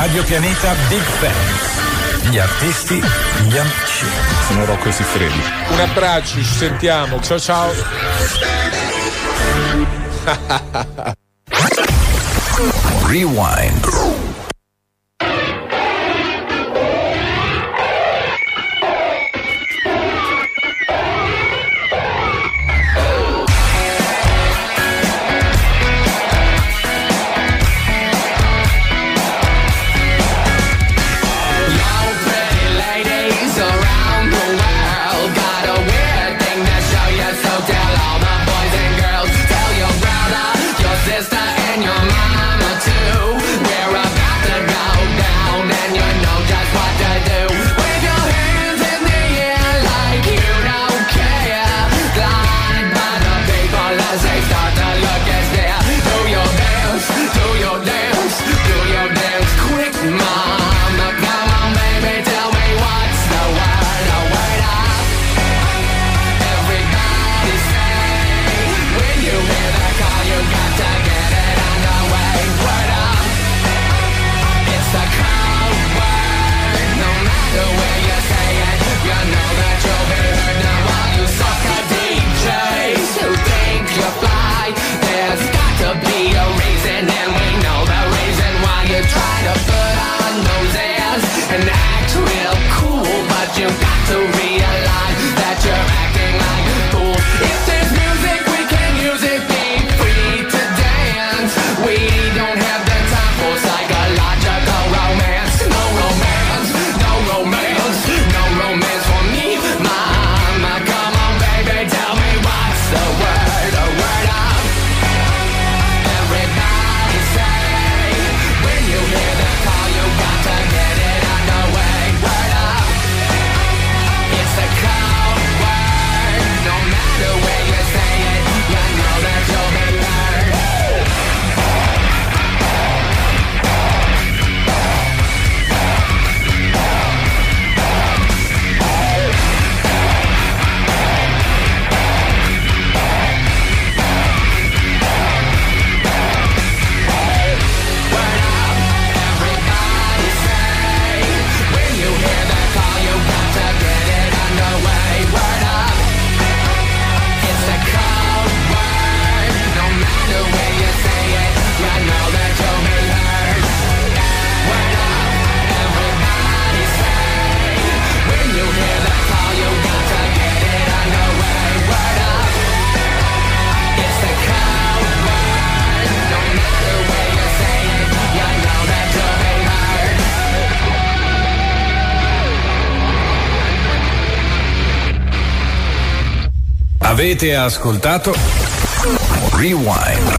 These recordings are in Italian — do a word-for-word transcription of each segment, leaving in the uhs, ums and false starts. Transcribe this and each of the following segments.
Radio Pianeta Big Fans. Gli artisti, gli amici. Sono Rocco e Siffredi. Un abbraccio, ci sentiamo. Ciao ciao. Rewind. Avete ascoltato Rewind.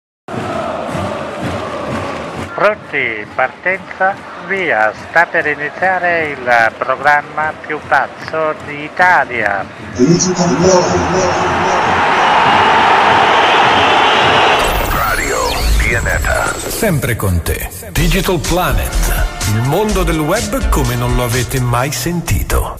Pronti, partenza, via, sta per iniziare il programma più pazzo d'Italia. Radio Pianeta. Sempre con te. Digital Planet. Il mondo del web come non lo avete mai sentito.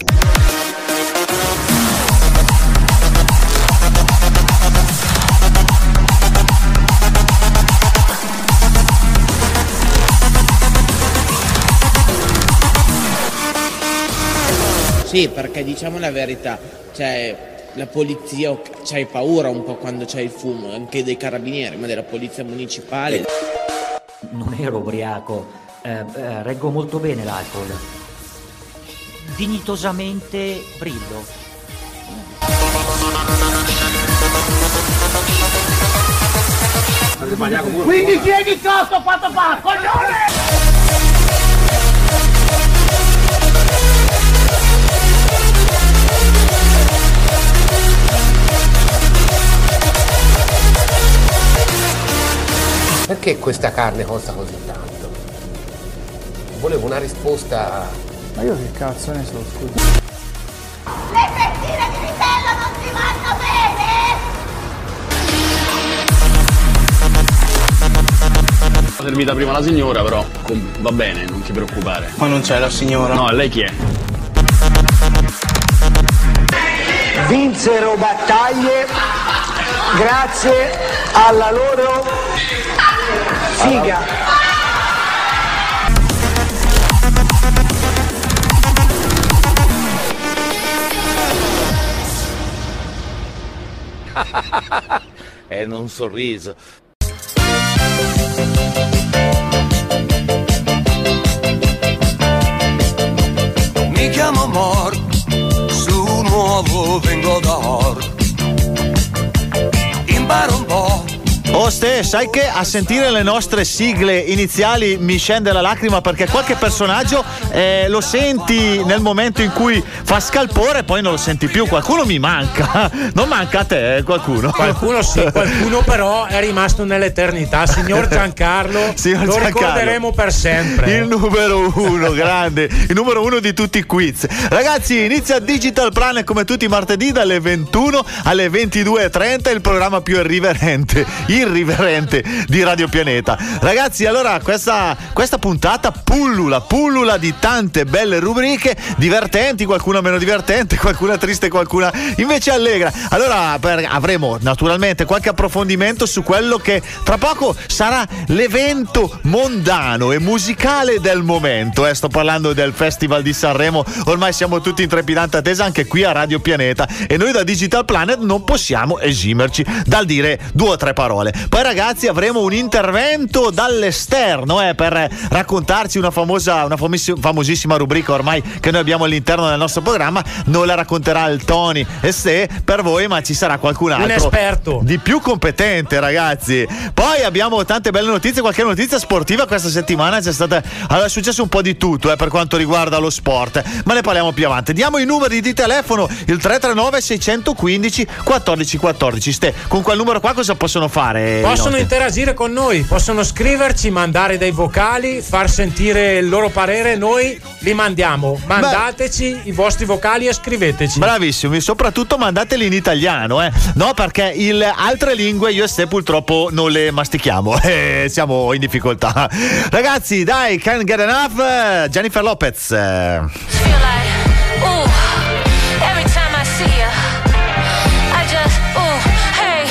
Sì, perché diciamo la verità, cioè la polizia, c'hai paura un po' quando c'è il fumo, anche dei carabinieri, ma della polizia municipale. Non ero ubriaco, eh, eh, reggo molto bene l'alcol. Dignitosamente brillo. Quindi chiedi cazzo fatto fa, coglione! Perché questa carne costa così tanto? Volevo una risposta. Ma io che cazzo ne so, scusa. Le fettine di vitello non si vanno bene! È servita prima la signora, però va bene, non ti preoccupare. Ma non c'è la signora? No, lei chi è? Vinsero battaglie grazie alla loro figa. E non un sorriso. Mi chiamo Mor, su nuovo vengo da Or. Imparo un po'. Oh Ste, sai che a sentire le nostre sigle iniziali mi scende la lacrima, perché qualche personaggio eh, lo senti nel momento in cui fa scalpore e poi non lo senti più. Qualcuno mi manca, non manca a te eh, qualcuno? Qualcuno sì, qualcuno però è rimasto nell'eternità. Signor Giancarlo, Signor lo Giancarlo, ricorderemo per sempre. Il numero uno, grande, il numero uno di tutti i quiz. Ragazzi, inizia Digital Planet come tutti i martedì dalle ventuno alle ventidue e trenta, il programma più irriverente, irriverente di Radio Pianeta. Ragazzi, allora questa, questa puntata pullula, pullula di tante belle rubriche, divertenti, qualcuna meno divertente, qualcuna triste, qualcuna invece allegra. Allora per, avremo naturalmente qualche approfondimento su quello che tra poco sarà l'evento mondano e musicale del momento. Eh, sto parlando del Festival di Sanremo. Ormai siamo tutti in trepidante attesa anche qui a Radio Pianeta, e noi da Digital Planet non possiamo esimerci dal dire due o tre parole. Poi ragazzi avremo un intervento dall'esterno eh, per raccontarci una famosa, una famosissima rubrica ormai che noi abbiamo all'interno del nostro programma. Non la racconterà il Tony e se per voi, ma ci sarà qualcun altro, un esperto di più competente, ragazzi. Poi abbiamo tante belle notizie, qualche notizia sportiva questa settimana. C'è stata, allora, è successo un po' di tutto eh, per quanto riguarda lo sport, ma ne parliamo più avanti. Diamo i numeri di telefono, il tre tre nove sei uno cinque quattordici quattordici. Ste, con quel numero qua cosa possono fare? Possono interagire con noi, possono scriverci, mandare dei vocali, far sentire il loro parere, noi li mandiamo. Mandateci Beh, i vostri vocali e scriveteci. Bravissimi, soprattutto mandateli in italiano, eh? No, perché il, altre lingue io e te purtroppo non le mastichiamo, eh, siamo in difficoltà. Ragazzi, dai, can't get enough, Jennifer Lopez. Feel like, ooh, every time I see you, I just, ooh, hey,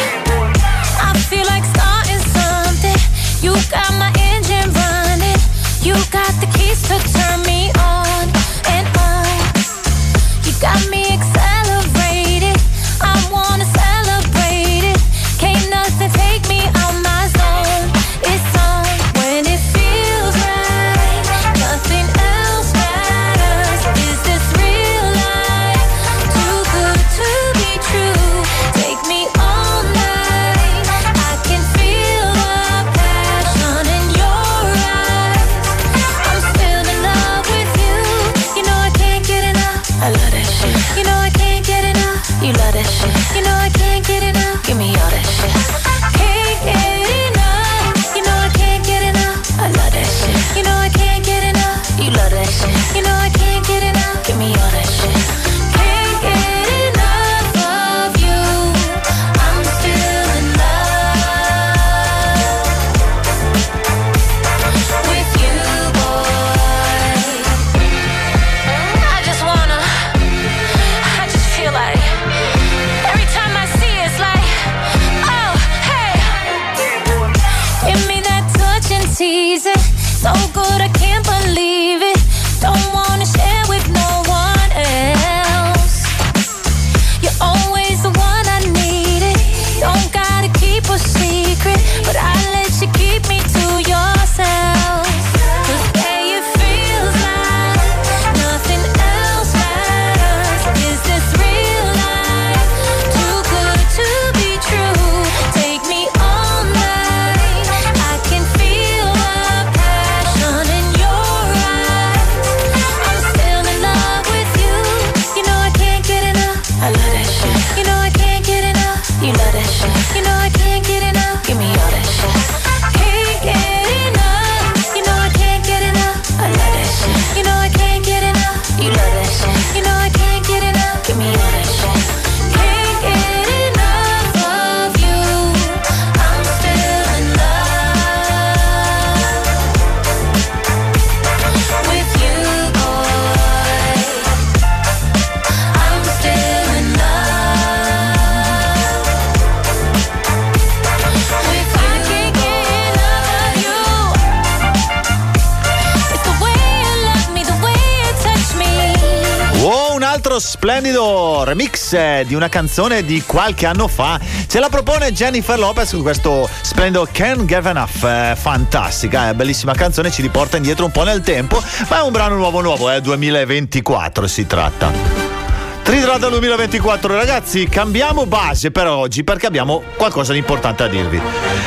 I feel like starting something. You got my engine running. You got the keys to turn me on and on. You got me accelerated. I wanna celebrate it. Can't nothing take me out my zone. It's on when it feels right. Nothing else matters. Is this real life? Too good to be true. Take me all night. I can feel the passion in your eyes. I'm still in love with you. You know I can't get enough. I love that shit. You know I can't get enough. You love that shit. You know I can't get enough. Give me all that shit. Can't get enough. You know I can't get enough. I love that shit. You know I can't get enough. You love that shit. You know I can't get enough. Give me all that shit. Can't get enough of you. I'm still in love with you, boy. I just wanna, I just feel like every time I see it, it's like, oh, hey. Give me that touch and tease it. So good I can't believe it. Don't wanna share with no one else. You're always the one I needed. Don't gotta keep a secret, but I let you keep me to yourself. 'Cause babe, it feels like nothing else matters. Is this real life? Too good to be true. Take me all night. I can feel the passion in your eyes. altro splendido remix eh, di una canzone di qualche anno fa. Ce la propone Jennifer Lopez con questo splendido Can't Get Enough. Eh, fantastica, eh, bellissima canzone, ci riporta indietro un po' nel tempo, ma è un brano nuovo nuovo, eh, duemilaventiquattro si tratta. Ritratta duemilaventiquattro, ragazzi, cambiamo base per oggi perché abbiamo qualcosa di importante a dirvi.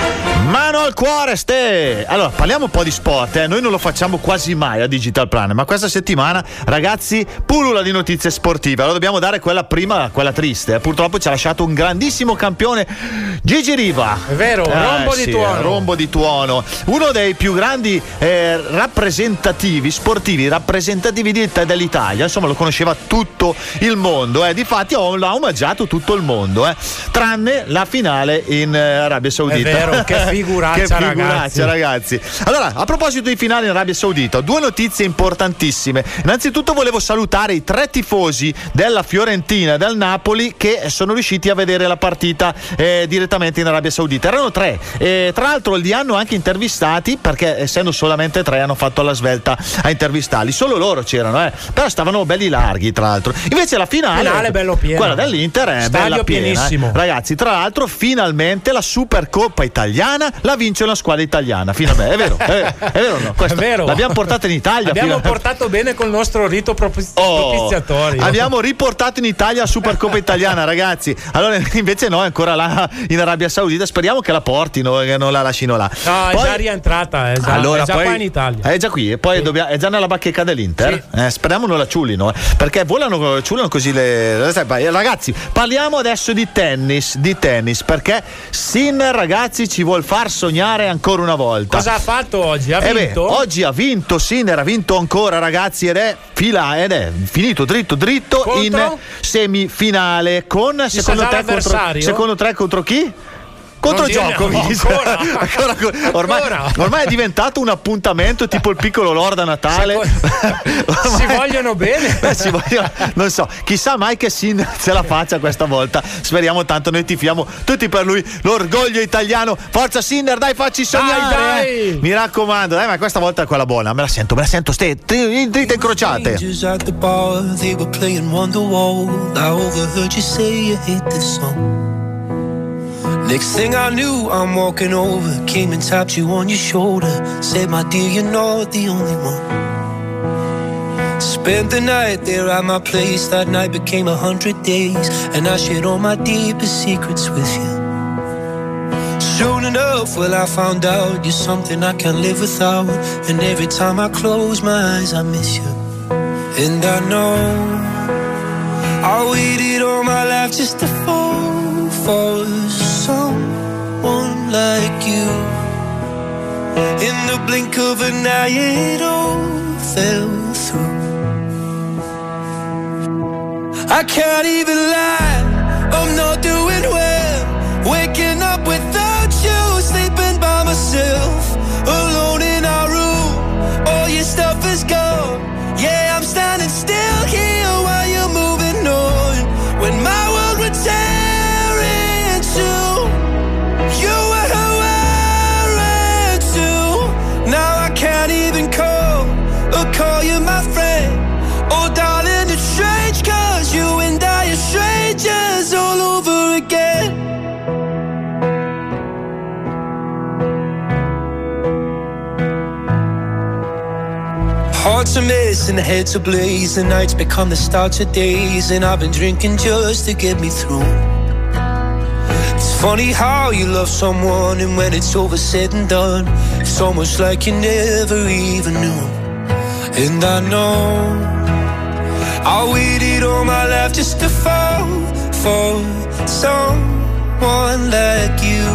Mano al cuore, ste! Allora, parliamo un po' di sport, eh? Noi non lo facciamo quasi mai a Digital Planet, ma questa settimana, ragazzi, pullula di notizie sportive. Allora dobbiamo dare quella prima, quella triste. Eh? Purtroppo ci ha lasciato un grandissimo campione, Gigi Riva. È vero, eh, rombo sì, di tuono. Rombo di tuono. Uno dei più grandi eh, rappresentativi, sportivi, rappresentativi dell'Italia. Insomma, lo conosceva tutto il mondo. Eh? Difatti l'ha omaggiato tutto il mondo, eh? Tranne la finale in eh, Arabia Saudita. È vero, che figuraccia, che figuraccia ragazzi. ragazzi. Allora, a proposito di finale in Arabia Saudita, due notizie importantissime. Innanzitutto volevo salutare i tre tifosi della Fiorentina e del Napoli che sono riusciti a vedere la partita eh, direttamente in Arabia Saudita. Erano tre. E, tra l'altro li hanno anche intervistati perché essendo solamente tre hanno fatto la svelta a intervistarli. Solo loro c'erano, eh. Però stavano belli larghi, tra l'altro. Invece la finale, finale bello pieno. Quella dell'Inter è stadio bella piena, pienissimo. Eh. Ragazzi, tra l'altro finalmente la Supercoppa italiana la vince una squadra italiana. Finalmente, è vero, è vero, è vero no? È vero. L'abbiamo portata in Italia. Abbiamo fino... portato bene col nostro rito propiz- oh, propiziatorio. Abbiamo riportato in Italia la Supercoppa italiana, ragazzi. Allora, invece no, è ancora là in Arabia Saudita. Speriamo che la portino, che non la lasciino là. No, poi... è già rientrata, è già, allora, è già poi... qua in Italia. È già qui, e poi sì. dobbiamo... è già nella bacheca dell'Inter. Sì. Eh, speriamo non la ciulino, eh, perché volano, ciulano così le. Ragazzi, parliamo adesso di tennis, di tennis, perché Sinner, ragazzi, ci vuol far sognare ancora una volta. Cosa ha fatto oggi? Ha eh vinto? Beh, oggi ha vinto Sinner, ha vinto ancora, ragazzi, ed è fila ed è finito dritto dritto contro? in semifinale con Ci secondo te contro, secondo te contro chi? Contro Djokovic. No, ancora. ancora, ormai, ormai è diventato un appuntamento tipo il piccolo Lord a Natale. ormai, si vogliono bene. Beh, si vogliono, non so, chissà mai che Sinner ce la faccia questa volta. Speriamo tanto, noi tifiamo tutti per lui. L'orgoglio italiano. Forza Sinner, dai, facci sognare. Dai, dai. Eh. Mi raccomando, dai, ma questa volta è quella buona. Me la sento, me la sento, ste in dritte incrociate. Next thing I knew, I'm walking over, came and tapped you on your shoulder, said, my dear, you're not the only one. Spent the night there at my place, that night became a hundred days, and I shared all my deepest secrets with you. Soon enough, well, I found out you're something I can't live without, and every time I close my eyes, I miss you. And I know I waited all my life just to fall for someone like you. In the blink of an eye, it all fell through. I can't even lie, I'm not doing well. Waking up without you, sleeping by myself, alone in our room. All your stuff is gone. Yeah, I'm standing still here while you're moving on. When my world would tear in two, you were who I ran to. Now I can't even call or call you my friend. Oh darling, it's strange, cause you and I are strangers all over again. Hearts are missing, heads ablaze, the nights become the start of days, and I've been drinking just to get me through. It's funny how you love someone, and when it's over said and done, it's almost like you never even knew. And I know I waited all my life just to fall for someone like you.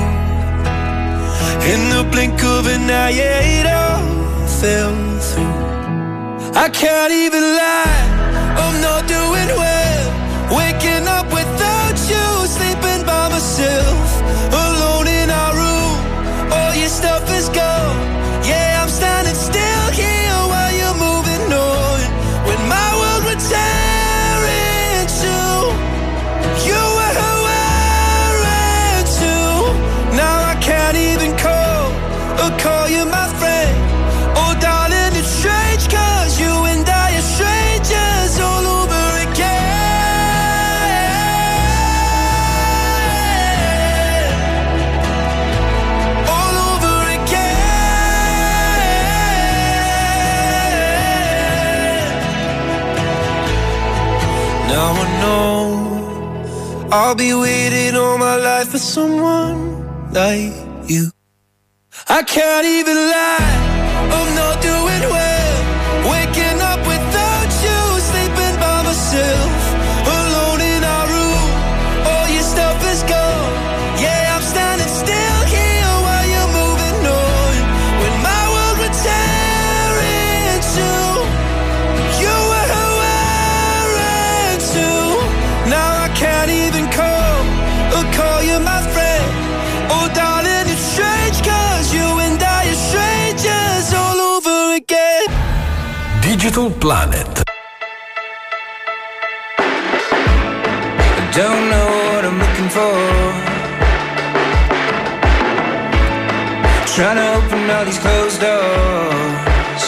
In the blink of an eye, it all fell through. I can't even lie, I'm not doing well. Waking up without you, sleeping by myself, alone in our room. All your stuff is gone. Yeah, I'm standing still here while you're moving on. When my world would tear in two, you were who I ran to. Now I can't even call or call you my friend. Oh darling, it's strange, cause you and I are strangers all over again. I'll be waiting all my life for someone like you. I can't even lie, I'm not doing well. Waking up without you, sleeping by myself, alone in our room, all your stuff is gone. Yeah, I'm standing still here while you're moving on. When my world would tear in two, you were who I ran to. Now I can't even call or call you my friend. Oh darling, it's strange, cause you and I are strangers all over again. Digital Planet. I don't know what I'm looking for, trying to open all these closed doors.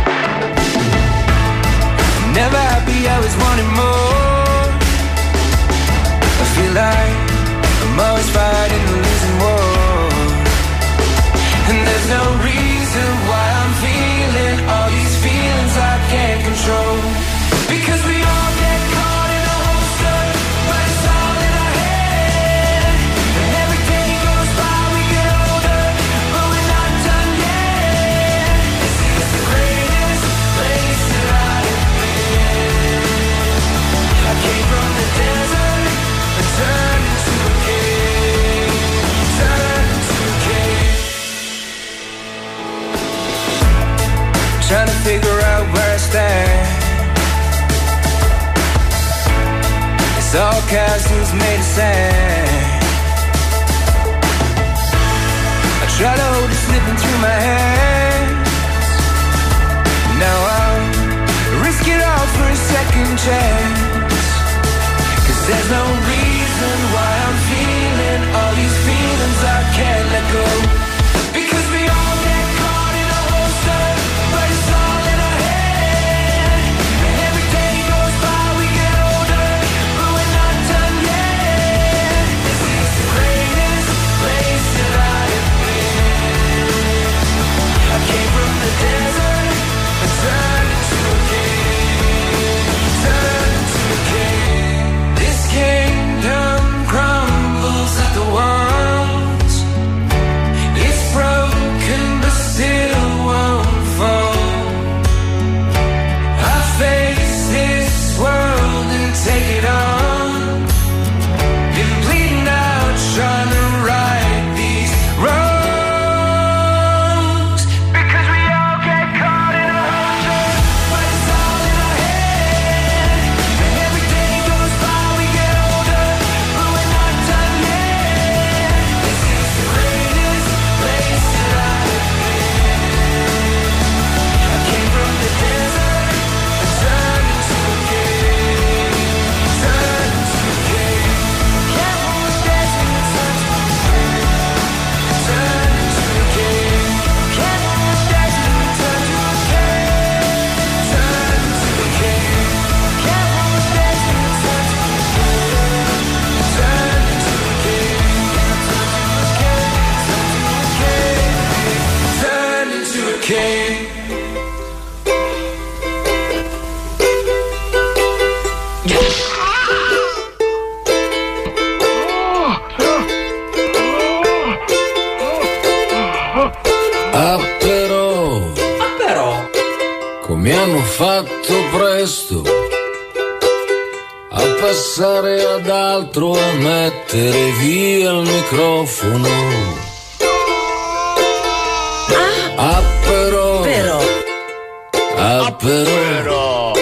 Never happy, always wanting more. I feel like I'm always fighting the losing war, and there's no reason why I'm feeling all these feelings I can't control. Because we all get caught in a holster, but it's all in our head. And every day goes by, we get older, but we're not done yet. This is the greatest place that I have been. I came from the desert, I turned into a king, turned into a king. Trying to figure out where I stand. It's all castles made of sand. I try to hold it slipping through my hands. Now I'll risk it all for a second chance. Cause there's no reason why I'm feeling all these feelings I can't let go. Because we all get caught in a holster, but it's all in our head. And every day goes by, we get older, but we're not done yet. This is the greatest place that I have been. I came from the desert, I turned into a king, turned into a king. This kingdom crumbles at the walls. It's broken but still won't fall. I face this world and take it on. Been bleeding out trying to right these wrongs. Because we all get caught in a holster, but it's all in our head. And every day goes by, we get older, but we're not done yet. This is the greatest place that I have been. I came from the desert, I turned into a king, turned into a king. Can't hold the desert, I turned into a king, turned into a king. Can't hold the desert, I turned into a king, turned into a king. Can't hold the desert, I turned into a king, turned into a king, turned into a king, turned into a king. Ah però, Però come hanno fatto presto a passare ad altro, a mettere via il microfono. Ah però, Però, ah però,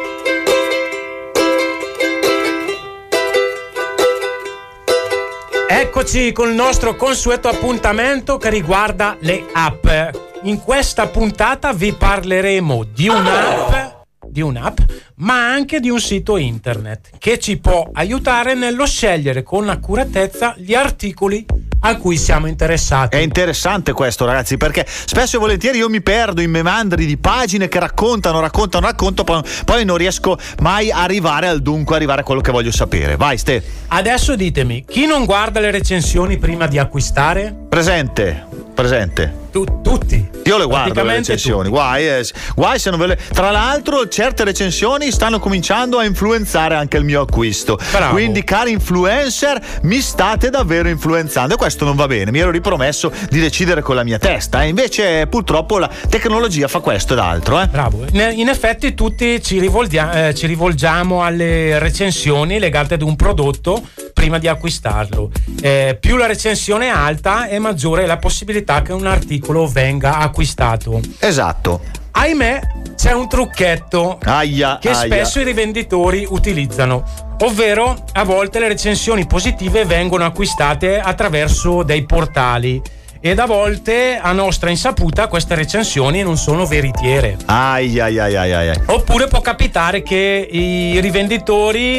eccoci col nostro consueto appuntamento che riguarda le app. In questa puntata vi parleremo di un'app, di un'app, ma anche di un sito internet che ci può aiutare nello scegliere con accuratezza gli articoli a cui siamo interessati. È interessante questo, ragazzi, perché spesso e volentieri io mi perdo in memandri di pagine che raccontano, raccontano, raccontano, poi, poi non riesco mai a arrivare al dunque, arrivare a quello che voglio sapere. Vai, Ste. Adesso ditemi, chi non guarda le recensioni prima di acquistare? Presente, presente. Tu, tutti. Io le guardo le recensioni, guai, eh, guai se non ve le... Tra l'altro certe recensioni stanno cominciando a influenzare anche il mio acquisto. Bravo. Quindi cari influencer, mi state davvero influenzando e questo non va bene. Mi ero ripromesso di decidere con la mia testa e invece purtroppo la tecnologia fa questo ed altro. Eh. Bravo. In effetti tutti ci, rivolgia- eh, ci rivolgiamo alle recensioni legate ad un prodotto prima di acquistarlo. Eh, più la recensione è alta e maggiore è la possibilità che un articolo venga acquistato. Esatto. Ahimè, c'è un trucchetto aia, che aia. spesso i rivenditori utilizzano, ovvero a volte le recensioni positive vengono acquistate attraverso dei portali ed a volte a nostra insaputa queste recensioni non sono veritiere. Ai, ai, ai, ai, ai. Oppure può capitare che i rivenditori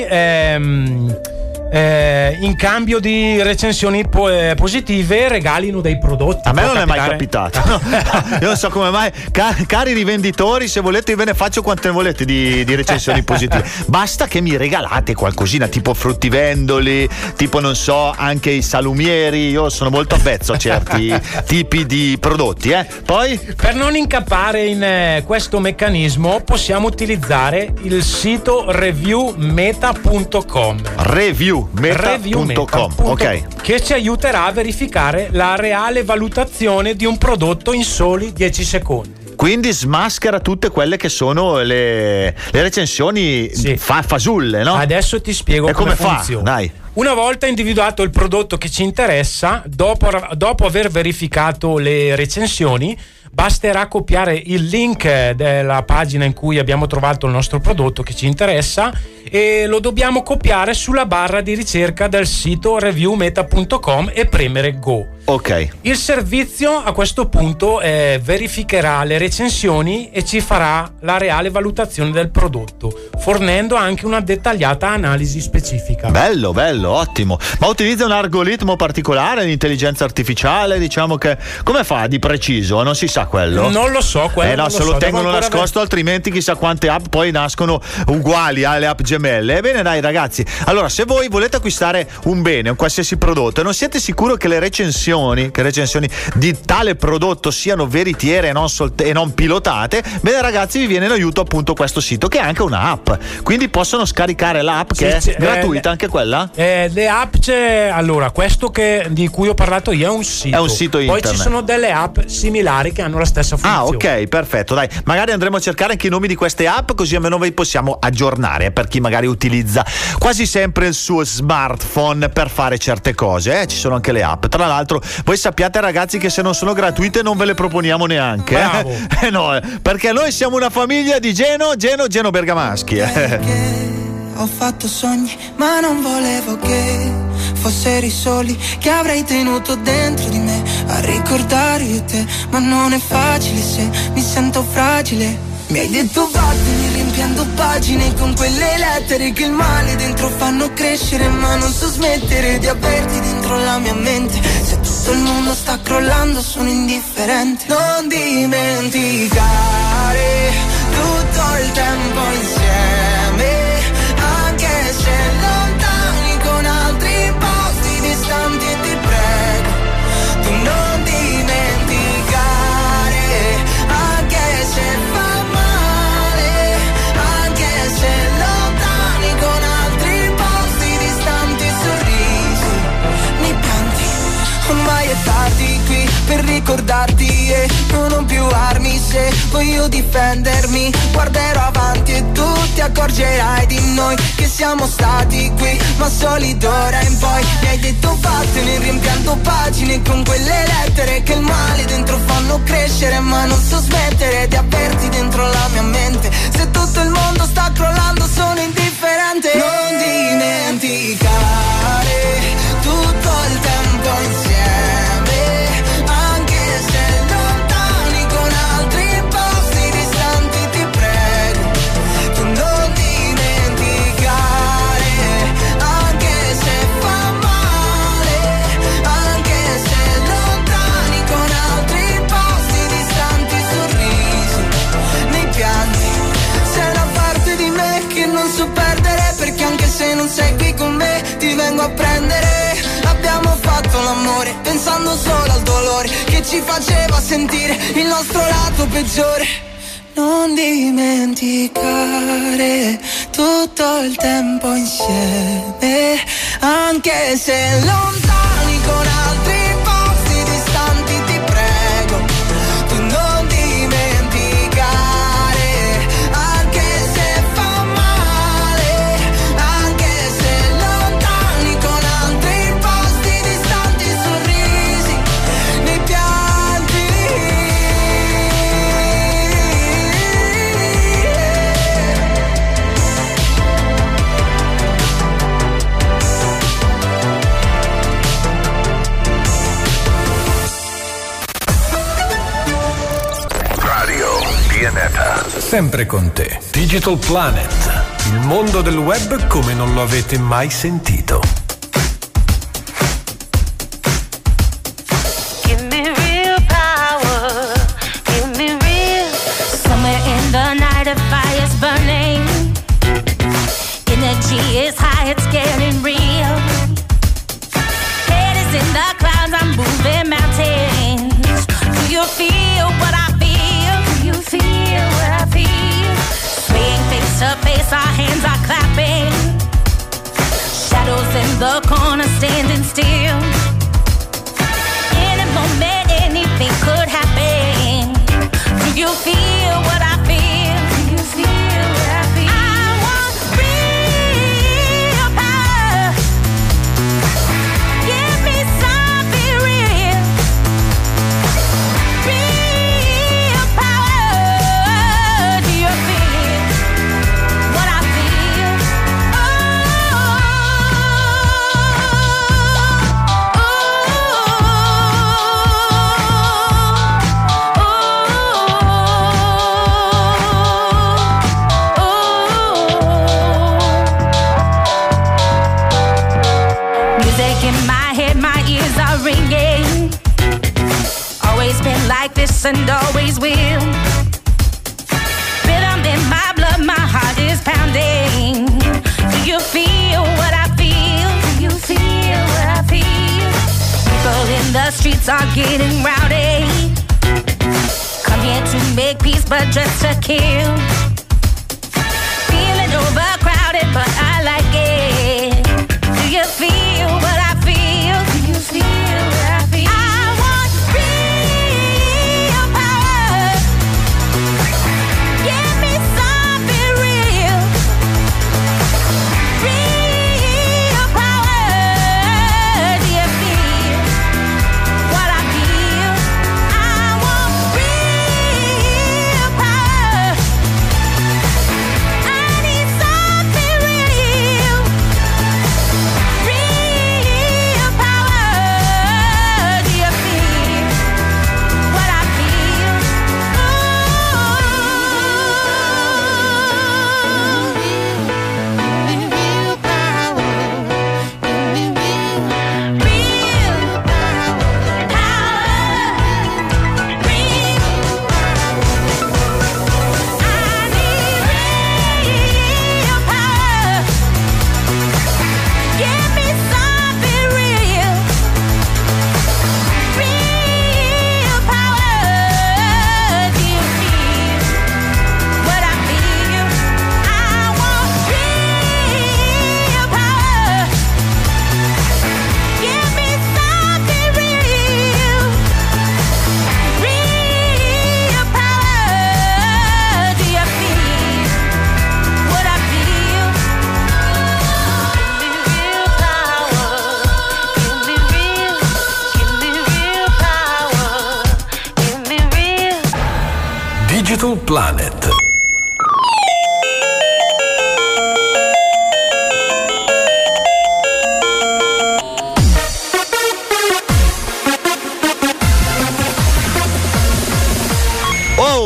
ehm, Eh, in cambio di recensioni po- eh, positive regalino dei prodotti. A me Può non capitare? è mai capitato. No, io non so come mai. Car- cari rivenditori, se volete io ve ne faccio quante ne volete di, di recensioni positive. Basta che mi regalate qualcosina tipo fruttivendoli, tipo non so, anche i salumieri. Io sono molto avvezzo a certi tipi di prodotti. Eh. Poi per non incappare in eh, questo meccanismo possiamo utilizzare il sito review meta punto com. Review meta punto com, ok, che ci aiuterà a verificare la reale valutazione di un prodotto in soli dieci secondi. Quindi smaschera tutte quelle che sono le, le recensioni sì. fa, fasulle, no? Adesso ti spiego e come, come funziona. Fa? Dai. Una volta individuato il prodotto che ci interessa, dopo, dopo aver verificato le recensioni, basterà copiare il link della pagina in cui abbiamo trovato il nostro prodotto che ci interessa e lo dobbiamo copiare sulla barra di ricerca del sito review meta punto com e premere go. Ok. Il servizio a questo punto eh, verificherà le recensioni e ci farà la reale valutazione del prodotto, fornendo anche una dettagliata analisi specifica. Bello, bello, ottimo. Ma utilizza un algoritmo particolare, l'intelligenza artificiale, diciamo che come fa di preciso? Non si sa quello? Non lo so, quello Eh no, non se lo lo so, tengono devo ancora nascosto, ver- altrimenti chissà quante app poi nascono uguali alle app gemelle. Ebbene dai ragazzi, allora se voi volete acquistare un bene, un qualsiasi prodotto e non siete sicuro che le recensioni che recensioni di tale prodotto siano veritiere e non, solt- e non pilotate, bene ragazzi, vi viene in aiuto appunto questo sito che è anche un'app, quindi possono scaricare l'app che Sì, è sì, gratuita eh, anche quella? Eh, le app c'è, allora questo che, di cui ho parlato io è un sito, è un sito poi internet. Ci sono delle app similari che hanno la stessa funzione. Ah, ok, perfetto, dai, magari andremo a cercare anche i nomi di queste app così almeno vi possiamo aggiornare, eh, per chi magari utilizza quasi sempre il suo smartphone per fare certe cose, eh? Ci sono anche le app. Tra l'altro voi sappiate ragazzi che se non sono gratuite non ve le proponiamo neanche, Bravo. eh? Eh no, perché noi siamo una famiglia di Geno, Geno, Geno Bergamaschi, eh? Ho fatto sogni, ma non volevo che fossero i soli che avrei tenuto dentro di me a ricordare te, ma non è facile se mi sento fragile. Mi hai detto vattene riempiendo pagine con quelle lettere che il male dentro fanno crescere, ma non so smettere di averti dentro la mia mente. Se tutto il mondo sta crollando sono indifferente. Non dimenticare tutto il tempo insieme, anche se lontani con altri posti distanti, ti prego, tu non dimenticare, anche se fa male, anche se lontani con altri posti distanti, sorrisi, mi pianti, ormai è tardi qui per ricordarti e non ho più armi se voglio difendermi, guarderò avanti e tu ti accorgerai di noi che siamo stati qui ma soli d'ora in poi. Mi hai detto vattene riempiendo pagine con quelle lettere che il male dentro fanno crescere, ma non so smettere di averti dentro la mia mente. Se tutto il mondo sta crollando sono indifferente. Non dimenticare tutto il tempo insieme, anche se lontani con altri posti distanti, ti prego, tu non dimenticare, anche se fa male, anche se lontani con altri posti distanti, sorrisi nei pianti. amore, pensando solo al dolore che ci faceva sentire il nostro lato peggiore. Non dimenticare tutto il tempo insieme, anche se lontani con altri posti distanti, ti prego, tu non dimenticare, anche se fa male, anche se lontani con altri posti distanti, sorrisi nei pianti. Sempre con te. Digital Planet, il mondo del web come non lo avete mai sentito. Give me real power, give me real. Somewhere in the night a fire's burning. Energy is high, it's getting real. Head is in the clouds, I'm moving mountains. Do you feel what I feel? Do you feel what I feel? Swaying face to face, our hands are clapping. Shadows in the corner standing still. In a moment, anything could happen. Do you feel what I feel? Do you feel what I feel? I want real power. Give me something real. Real power. Do you feel what I feel? Oh, music in my head, my ears are ringing. Always been like this and always will. Rhythm in my blood, my heart is pounding. Do you feel what I feel? Do you feel what I feel? People in the streets are getting rowdy. Come here to make peace, but just to kill. Feeling overcrowded, but I like it. Do you feel what I feel? Do you feel what I feel? I want real power. Give me something real. Real power. Do you feel what I feel? I want real power. I need something real. Real power. Do you feel what I feel? Real power. Real power. Real I need real power. Give me something real. Real power. Do you feel what I feel? I want real power. Give me something real. Real power. Do you feel what I feel? Give me real power. Give me real. Give me real power. Give me real. Digital Planet. Oh, anche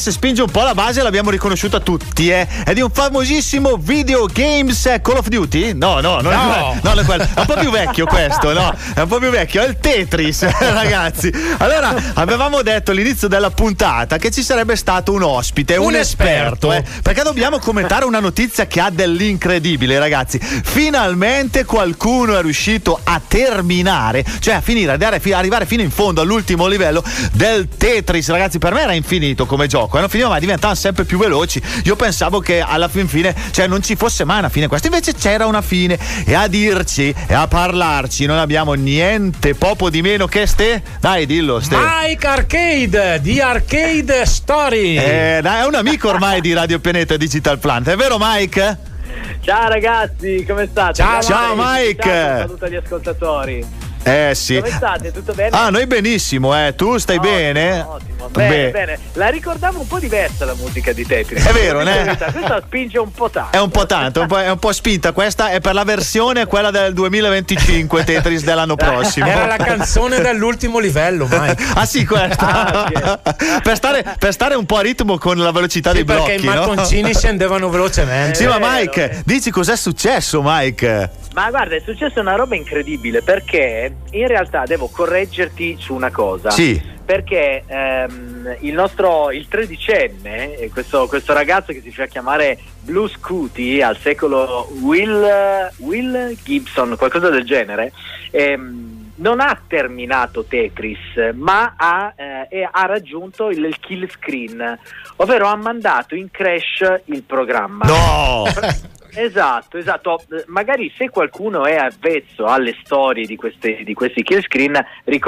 Tetris spinge un po' la base, l'abbiamo riconosciuta tutti, eh. È di un famosissimo video games Call of Duty? No, no, non no. è quello. No, non è quello. È un po' più vecchio questo, no? È un po' più vecchio, è il Tetris, ragazzi. Allora, avevamo detto all'inizio della puntata che ci sarebbe stato un ospite, un, un esperto, esperto. Eh, perché dobbiamo commentare una notizia che ha dell'incredibile, ragazzi. Finalmente qualcuno è riuscito a terminare, cioè a finire, ad arrivare fino in fondo all'ultimo livello del Tetris, ragazzi. Per me era infinito come gioco, eh? Non finiva mai, diventavano sempre più veloci. Io pensavo che alla fin fine, cioè non ci fosse mai una fine questo, invece c'era una fine, e a dirci e a parlarci non abbiamo niente poco di meno che Ste, dai dillo Ste. Mike Arcade di Arcade Story. Eh, dai, è un amico ormai di Radio Pianeta Digital Planet, è vero Mike? Ciao ragazzi, come state? Ciao, ciao Mike. Ciao, saluto agli ascoltatori. Eh sì. Come state? Tutto bene? Ah, noi benissimo, eh. Tu stai ottimo, bene? Ottimo, bene, bene. La ricordavo un po' diversa la musica di Tetris. È vero, né? Questa spinge un po' tanto. È un po' tanto, un po', è un po' spinta. Questa è per la versione quella del duemilaventicinque Tetris dell'anno prossimo. Era la canzone dell'ultimo livello, Mike. Ah sì, questa. Ah, per, stare, per stare un po' a ritmo con la velocità sì, dei blocchi, perché i mattoncini no? scendevano velocemente. Sì, ma Mike, dici cos'è successo, Mike? Ma guarda, è successa una roba incredibile, perché in realtà devo correggerti su una cosa. Sì. Perché ehm, il nostro, il tredicenne, questo, questo ragazzo che si fa chiamare Blue Scooty, al secolo Will, Will Gibson, qualcosa del genere, ehm, non ha terminato Tetris, ma ha, eh, ha raggiunto il, il kill screen, ovvero ha mandato in crash il programma. No! Esatto, esatto. Magari se qualcuno è avvezzo alle storie di, queste, di questi kill screen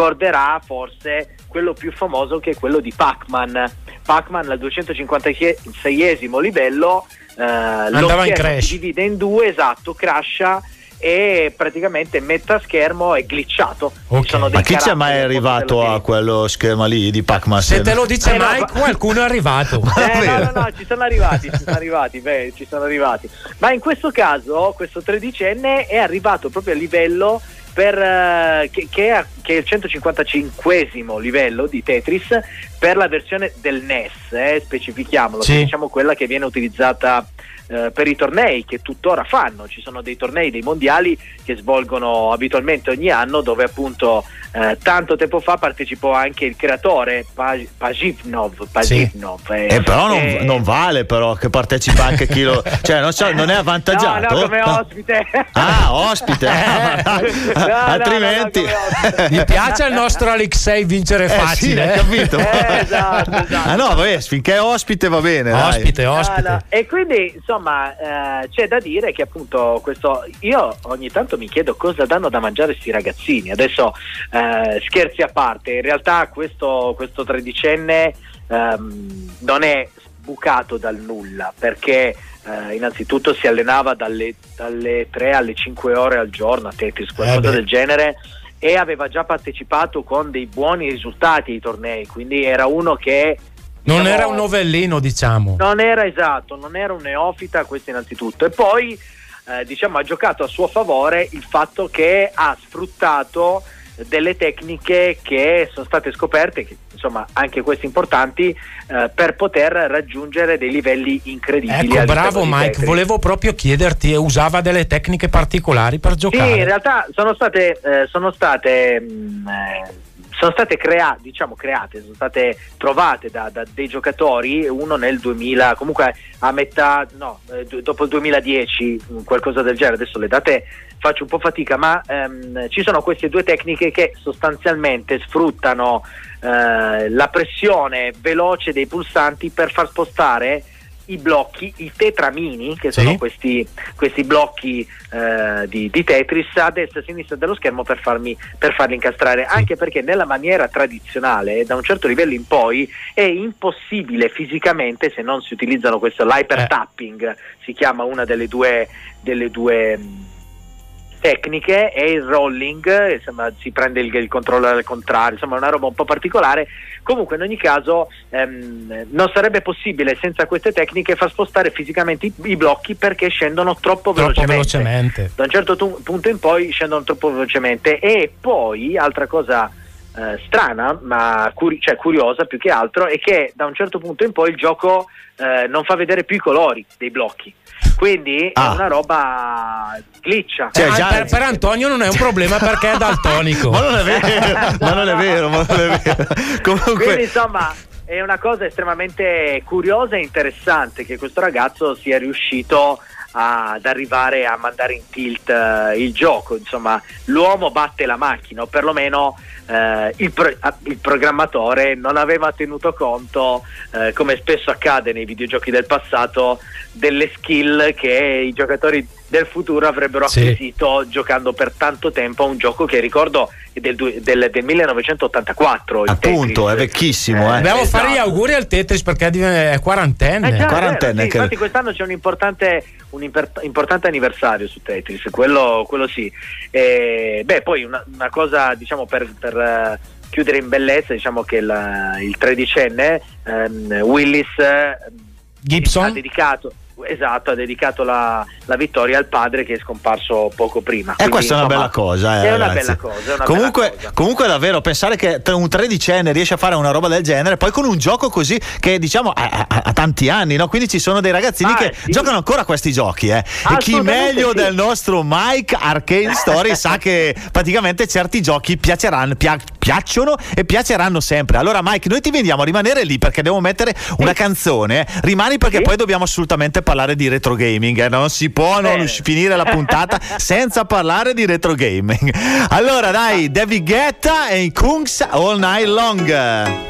ricorderà forse quello più famoso, che è quello di Pac-Man. Pac-Man al duecentocinquantaseiesimo livello, eh, lo schermo si divide in due, esatto, crasha e praticamente metà schermo è glitchato. Okay. Sono dei Ma chi c'è mai arrivato a quello schema lì di Pac-Man? Se te lo dice eh, Mike, no, qualcuno è arrivato. Eh, no, no, no, ci sono arrivati, ci sono arrivati, beh, ci sono arrivati. Ma in questo caso, questo tredicenne è arrivato proprio a livello per uh, che, che, è, che è il centocinquantacinquesimo livello di Tetris per la versione del N E S, eh, specifichiamolo, sì. Diciamo quella che viene utilizzata Uh, per i tornei che tuttora fanno. Ci sono dei tornei, dei mondiali che svolgono abitualmente ogni anno, dove appunto uh, tanto tempo fa partecipò anche il creatore Paj- Pajivnov, Pajivnov sì. eh, eh, però non, eh, non vale però che partecipa anche chi lo cioè non, so, non è avvantaggiato. No, no, come ospite. Ah, ospite. no, no, altrimenti no, no, no, mi piace il nostro Alexei vincere facile, eh, sì, eh? capito? Eh, esatto, esatto. Ah no, vabbè, finché è ospite va bene. Ospite, dai. ospite. No, no. E quindi insomma Insomma, eh, c'è da dire che appunto questo, io ogni tanto mi chiedo cosa danno da mangiare sti ragazzini. Adesso eh, scherzi a parte, in realtà questo, questo tredicenne ehm, non è sbucato dal nulla, perché eh, innanzitutto si allenava dalle, dalle tre alle cinque ore al giorno a Tetris, qualcosa eh del genere, e aveva già partecipato con dei buoni risultati ai tornei, quindi era uno che non diciamo, era un novellino, diciamo. Non era esatto, non era un neofita, questo innanzitutto. E poi eh, diciamo ha giocato a suo favore il fatto che ha sfruttato delle tecniche che sono state scoperte, che insomma anche queste importanti, eh, per poter raggiungere dei livelli incredibili. Ecco, bravo Mike, Tetris. Volevo proprio chiederti, usava delle tecniche particolari per giocare? Sì, in realtà sono state eh, sono state mh, eh, sono state crea- diciamo create, sono state trovate da, da dei giocatori, uno nel duemila, comunque a metà, no, eh, dopo il duemiladieci, qualcosa del genere, adesso le date faccio un po' fatica, ma ehm, ci sono queste due tecniche che sostanzialmente sfruttano eh, la pressione veloce dei pulsanti per far spostare i blocchi, i tetramini, che sono sì. questi, questi blocchi eh, di, di Tetris, a destra e a sinistra dello schermo per, farmi, per farli incastrare, sì. Anche perché nella maniera tradizionale, da un certo livello in poi, è impossibile fisicamente, se non si utilizzano questo l'hyper tapping, eh. si chiama una delle due, delle due tecniche, e il rolling, insomma, si prende il, il controllo al contrario, insomma è una roba un po' particolare. Comunque in ogni caso ehm, non sarebbe possibile senza queste tecniche far spostare fisicamente i, i blocchi, perché scendono troppo, troppo velocemente. velocemente Da un certo tu- punto in poi scendono troppo velocemente. E poi altra cosa eh, strana, ma curi- cioè curiosa più che altro, è che da un certo punto in poi il gioco eh, non fa vedere più i colori dei blocchi. Quindi ah. è una roba glitcha. Cioè, già... per, per Antonio non è un problema perché è daltonico. Ma non è vero, ma non è vero, ma non è vero. Comunque... Quindi insomma è una cosa estremamente curiosa e interessante che questo ragazzo sia riuscito ad arrivare a mandare in tilt uh, il gioco. Insomma, l'uomo batte la macchina, o perlomeno uh, il, pro- il programmatore non aveva tenuto conto, uh, come spesso accade nei videogiochi del passato, delle skill che i giocatori del futuro avrebbero acquisito sì. giocando per tanto tempo a un gioco che ricordo è del, del, del millenovecentottantaquattro. Appunto, è vecchissimo. Eh. Dobbiamo esatto. fare gli auguri al Tetris perché è quarantenne. Eh già, quarantenne vero, sì, che... Infatti quest'anno c'è un importante, un imper- importante anniversario su Tetris, quello, quello sì. E, beh, poi una, una cosa, diciamo, per, per uh, chiudere in bellezza, diciamo che la, il tredicenne um, Willis uh, Gibson ha dedicato Esatto, ha dedicato la, la vittoria al padre che è scomparso poco prima. E questa è una bella cosa, eh, è una ragazzi. bella cosa, è una comunque, bella cosa. comunque davvero pensare che un tredicenne riesce a fare una roba del genere, poi con un gioco così che diciamo ha, ha, ha tanti anni, no? Quindi ci sono dei ragazzini ah, che sì. giocano ancora a questi giochi, eh. E chi meglio sì. del nostro Mike Arcade Story sa che praticamente certi giochi piaceranno, pia- piacciono e piaceranno sempre. Allora Mike, noi ti vediamo a rimanere lì perché devo mettere una sì. canzone, eh. rimani perché sì. poi dobbiamo assolutamente parlare di retro gaming, eh? Non si può non eh. finire la puntata senza parlare di retro gaming. Allora dai, David Guetta e Kungs All Night Long.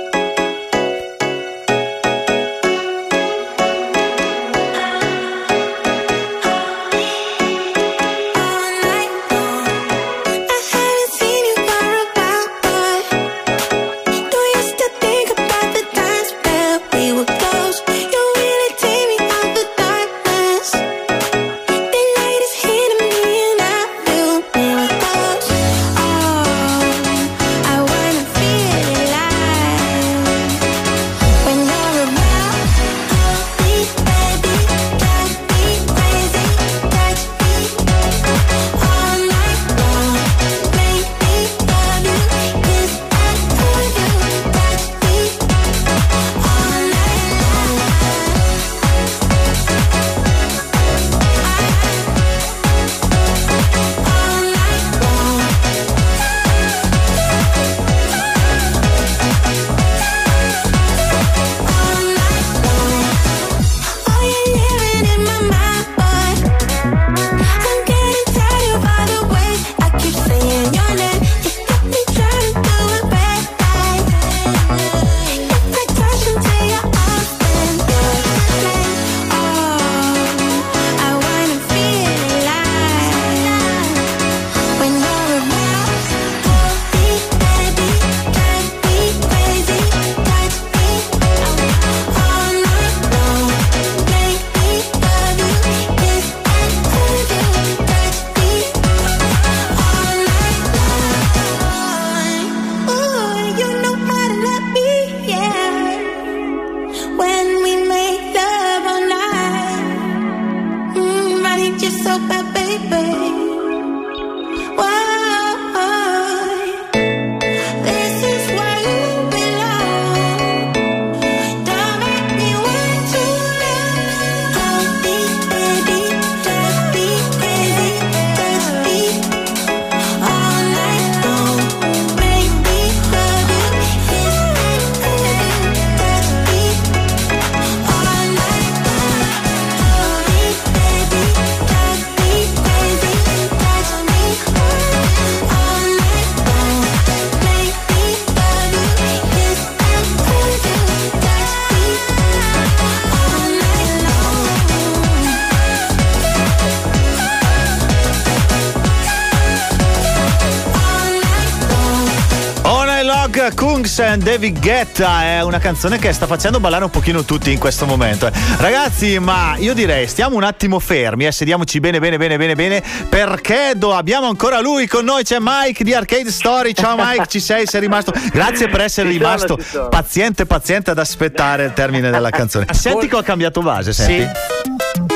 Kungs and David Guetta è una canzone che sta facendo ballare un pochino tutti in questo momento, eh. Ragazzi, ma io direi stiamo un attimo fermi, eh, sediamoci bene bene bene bene bene perché do, abbiamo ancora lui con noi, c'è Mike di Arcade Story. Ciao Mike, ci sei? Sei rimasto? Grazie per essere ci rimasto sono, sono. paziente paziente ad aspettare il termine della canzone. Senti che ho cambiato base, senti? Sì.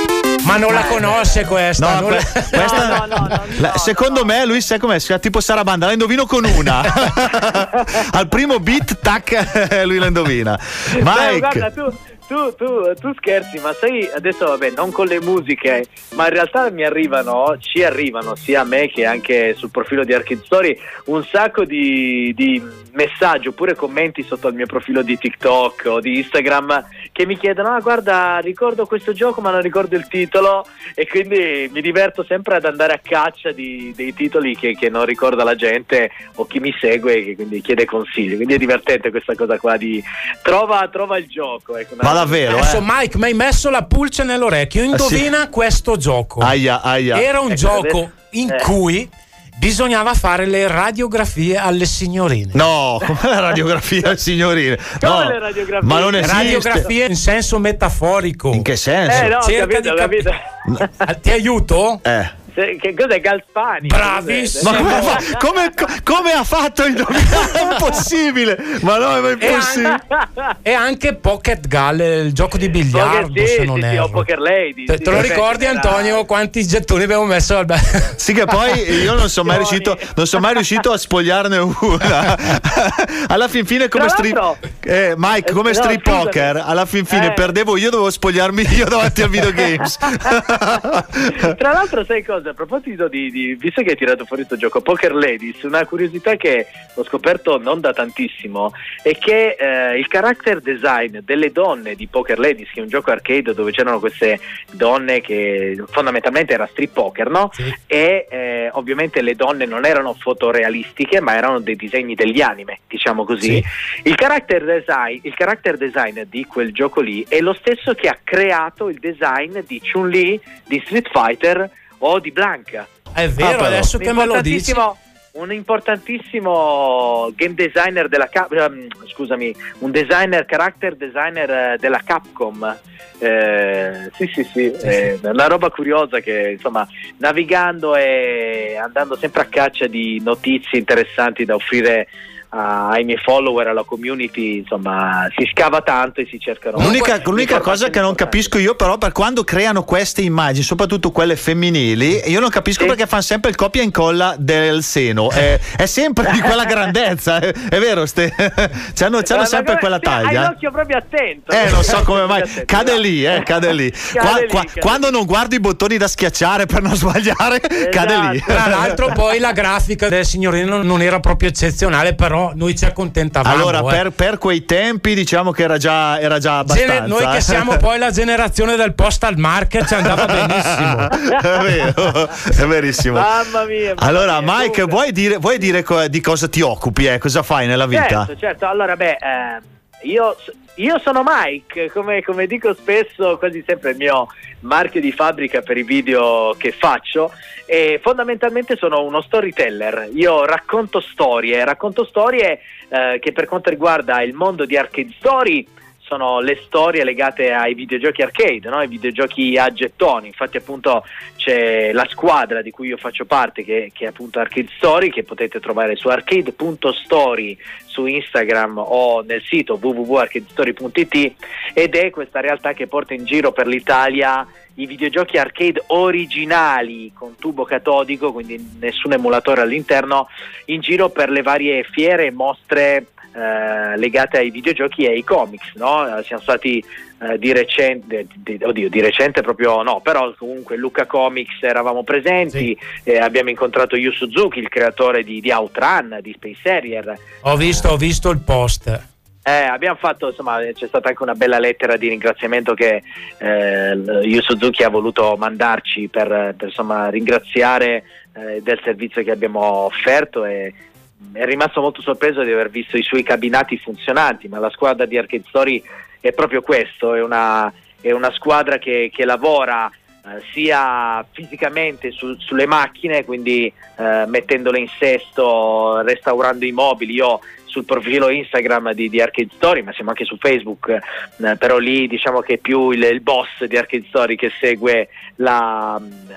Ma non la conosce questa. No, non que- la... questa No, no, no, no, la- no, secondo no. me lui sai com'è? Si chiama tipo Sarabanda, la indovino con una. Al primo beat, tac, lui la indovina. Beh, Mike. guarda, tu, tu, tu, tu scherzi, ma sai, adesso vabbè, non con le musiche, ma in realtà mi arrivano, ci arrivano sia a me che anche sul profilo di Arcade Story un sacco di, di messaggi oppure commenti sotto il mio profilo di TikTok o di Instagram che mi chiedono: ah, guarda, ricordo questo gioco ma non ricordo il titolo, e quindi mi diverto sempre ad andare a caccia di, dei titoli che, che non ricorda la gente o chi mi segue e che quindi chiede consigli, quindi è divertente questa cosa qua di trova, trova il gioco, ecco. Ma davvero? Adesso Eh? Mike mi hai messo la pulce nell'orecchio, indovina Ah, sì. questo gioco. Aia, aia. Era un Ecco, gioco adesso- in eh. cui bisognava fare le radiografie alle signorine. No, come la radiografia signorine? Come No, le radiografie? ma non esiste. Radiografie in senso metaforico. In che senso? Eh no, ho Cerca capito, ho di capito. Ah, Ti aiuto? Eh. Se- che cos'è Galspani? Bravissimo. Ma come, fa- come, co- come ha fatto a indovinare? È impossibile! Ma no, è E impossibile. anche, e anche Pocket Gal, il gioco di Poker, biliardo, sì, se non sì, sì, erro. o Poker Lady. Te, sì, te lo vabbè, ricordi, era- Antonio, quanti gettoni abbiamo messo al Sì, che poi io non sono mai riuscito, non sono mai riuscito a spogliarne una. Alla fin fine, come Tra strip, l'altro- eh, Mike, come Eh, no, strip scusami. poker, alla fin fine Eh. perdevo io, dovevo spogliarmi io davanti al videogames. Tra l'altro, sai cosa? A proposito di, di- visto che hai tirato fuori questo gioco Poker Ladies, una curiosità che ho scoperto non da tantissimo è che eh, il character design delle donne di Poker Ladies, che è un gioco arcade dove c'erano queste donne che fondamentalmente era strip poker, no? Sì. E eh, ovviamente le donne non erano fotorealistiche, ma erano dei disegni degli anime, diciamo così. Sì. Il character design, il character design di quel gioco lì è lo stesso che ha creato il design di Chun-Li, di Street Fighter o di Blanca. È vero, però. adesso che me lo dici. Importantissimo- Un importantissimo game designer della Cap- ehm, scusami, un designer, character designer eh, della Capcom. Eh, sì, sì, sì, è una roba curiosa che insomma, navigando e andando sempre a caccia di notizie interessanti da offrire a- ai miei follower, alla community, insomma, si scava tanto e si cercano. L'unica, l'unica informazioni cosa che non importanti. capisco io, però, per quando creano queste immagini, soprattutto quelle femminili, io non capisco Sì. perché fanno sempre il copia e incolla del seno. È, è sempre di quella grandezza, è, è vero? Ste, c'hanno c'hanno Eh, sempre ma quella come- sì, Hai taglia. l'occhio proprio attento. Eh, non so come mai. Attento, Cade no. lì, eh, cade lì. Cade Qua- lì, qua- cade quando non guardi i bottoni da schiacciare per non sbagliare, cade lì. Tra l'altro poi la grafica del signorino non era proprio eccezionale, però noi ci accontentavamo. Allora, eh. per, per quei tempi, diciamo che era già, era già Gene- abbastanza. noi che eh. siamo poi la generazione del postal market ci andava benissimo. È vero, è verissimo. Mamma mia. mamma Allora, mia. Mike, Comunque- vuoi dire, vuoi dire co- di cosa ti occupi? Eh? Cosa fai nella vita? Certo, certo. Allora, beh, eh, io, io sono Mike, come, come dico spesso, quasi sempre il mio marchio di fabbrica per i video che faccio, e fondamentalmente sono uno storyteller. Io racconto storie, racconto storie eh, che per quanto riguarda il mondo di Arcade Story sono le storie legate ai videogiochi arcade, no? Ai videogiochi a gettoni. Infatti appunto c'è la squadra di cui io faccio parte che, che è appunto Arcade Story, che potete trovare su arcade punto story su Instagram o nel sito w w w punto arcade story punto i t, ed è questa realtà che porta in giro per l'Italia i videogiochi arcade originali con tubo catodico, quindi nessun emulatore all'interno, in giro per le varie fiere e mostre eh, legate ai videogiochi e ai comics, no? Eh, siamo stati eh, di recente, di, oddio, di recente proprio no, però comunque Luca Comics eravamo presenti, Sì. eh, abbiamo incontrato Yu Suzuki, il creatore di, di Outrun, di Space Harrier. Ho visto, ho visto il post. Eh, abbiamo fatto, insomma, c'è stata anche una bella lettera di ringraziamento che eh, Yu Suzuki ha voluto mandarci per, per insomma ringraziare eh, del servizio che abbiamo offerto, e è rimasto molto sorpreso di aver visto i suoi cabinati funzionanti. Ma la squadra di Arcade Story è proprio questo, è una, è una squadra che, che lavora eh, sia fisicamente su, sulle macchine, quindi eh, mettendole in sesto, restaurando i mobili. Io sul profilo Instagram di, di Arcade Story, ma siamo anche su Facebook, eh, però lì diciamo che è più il, il boss di Arcade Story che segue la,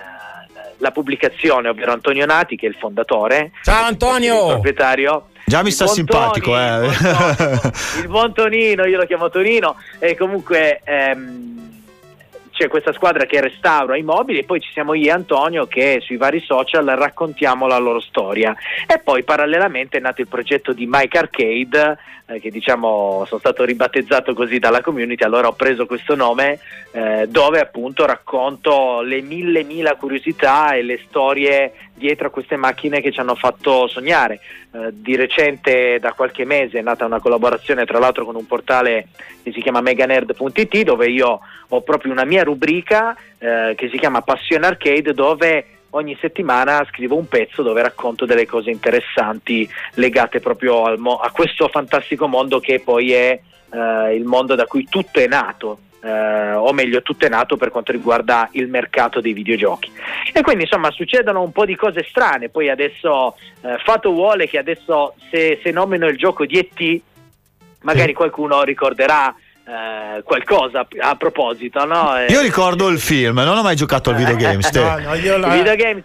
la pubblicazione, ovvero Antonio Nati, che è il fondatore. Ciao Antonio! Il proprietario. Già mi Il sta buon simpatico, Tony, eh. il buon Tony, il buon Tonino, io lo chiamo Tonino, e comunque ehm, c'è questa squadra che restaura i mobili, e poi ci siamo io e Antonio che sui vari social raccontiamo la loro storia. E poi parallelamente è nato il progetto di Mike Arcade, eh, che diciamo sono stato ribattezzato così dalla community, allora ho preso questo nome, eh, dove appunto racconto le mille mila curiosità e le storie dietro a queste macchine che ci hanno fatto sognare. Eh, di recente, da qualche mese, è nata una collaborazione tra l'altro con un portale che si chiama meganerd punto it, dove io ho proprio una mia rubrica eh, che si chiama Passione Arcade, dove ogni settimana scrivo un pezzo dove racconto delle cose interessanti legate proprio al mo- a questo fantastico mondo che poi è eh, il mondo da cui tutto è nato. Eh, o meglio, tutto è nato per quanto riguarda il mercato dei videogiochi. E quindi insomma succedono un po' di cose strane. Poi adesso eh, Fato vuole che adesso se, se nomino il gioco di E T magari qualcuno ricorderà eh, qualcosa a proposito, no? Io ricordo il film, non ho mai giocato al videogames. no, no, io la... I videogames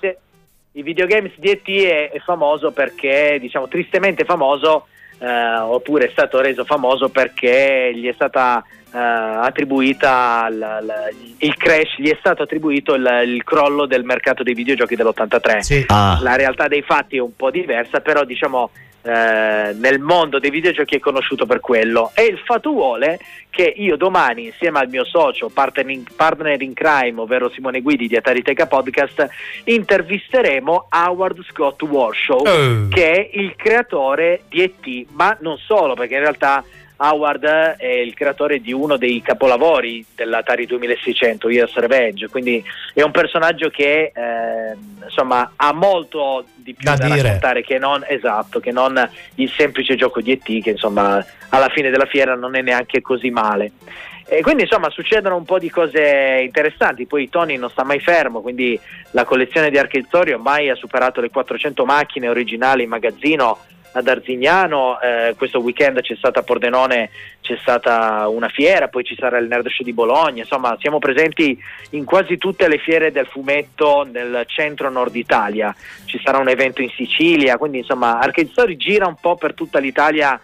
I videogames di E T è, è famoso perché, diciamo, tristemente famoso, eh, oppure è stato reso famoso perché gli è stata Uh, attribuita l, l, il crash, gli è stato attribuito il, il crollo del mercato dei videogiochi dell'ottantatré. Sì. Ah. La realtà dei fatti è un po' diversa, però diciamo eh, nel mondo dei videogiochi è conosciuto per quello. E il fatto vuole che io domani, insieme al mio socio partner in, partner in crime, ovvero Simone Guidi di Atariteca Podcast, intervisteremo Howard Scott Warshaw, uh. che è il creatore di E T, ma non solo, perché in realtà Howard è il creatore di uno dei capolavori dell'Atari duemilaseicento, Year's Revenge, quindi è un personaggio che eh, insomma ha molto di più da, da raccontare che non, esatto, che non il semplice gioco di E T, che insomma alla fine della fiera non è neanche così male. E quindi insomma succedono un po' di cose interessanti. Poi Tony non sta mai fermo, quindi la collezione di Arcade Story ormai ha superato le quattrocento macchine originali in magazzino ad Arzignano. Eh, questo weekend c'è stata a Pordenone, c'è stata una fiera, poi ci sarà il Nerd Show di Bologna, insomma siamo presenti in quasi tutte le fiere del fumetto nel centro-nord Italia, ci sarà un evento in Sicilia, quindi insomma Arcade Story gira un po' per tutta l'Italia,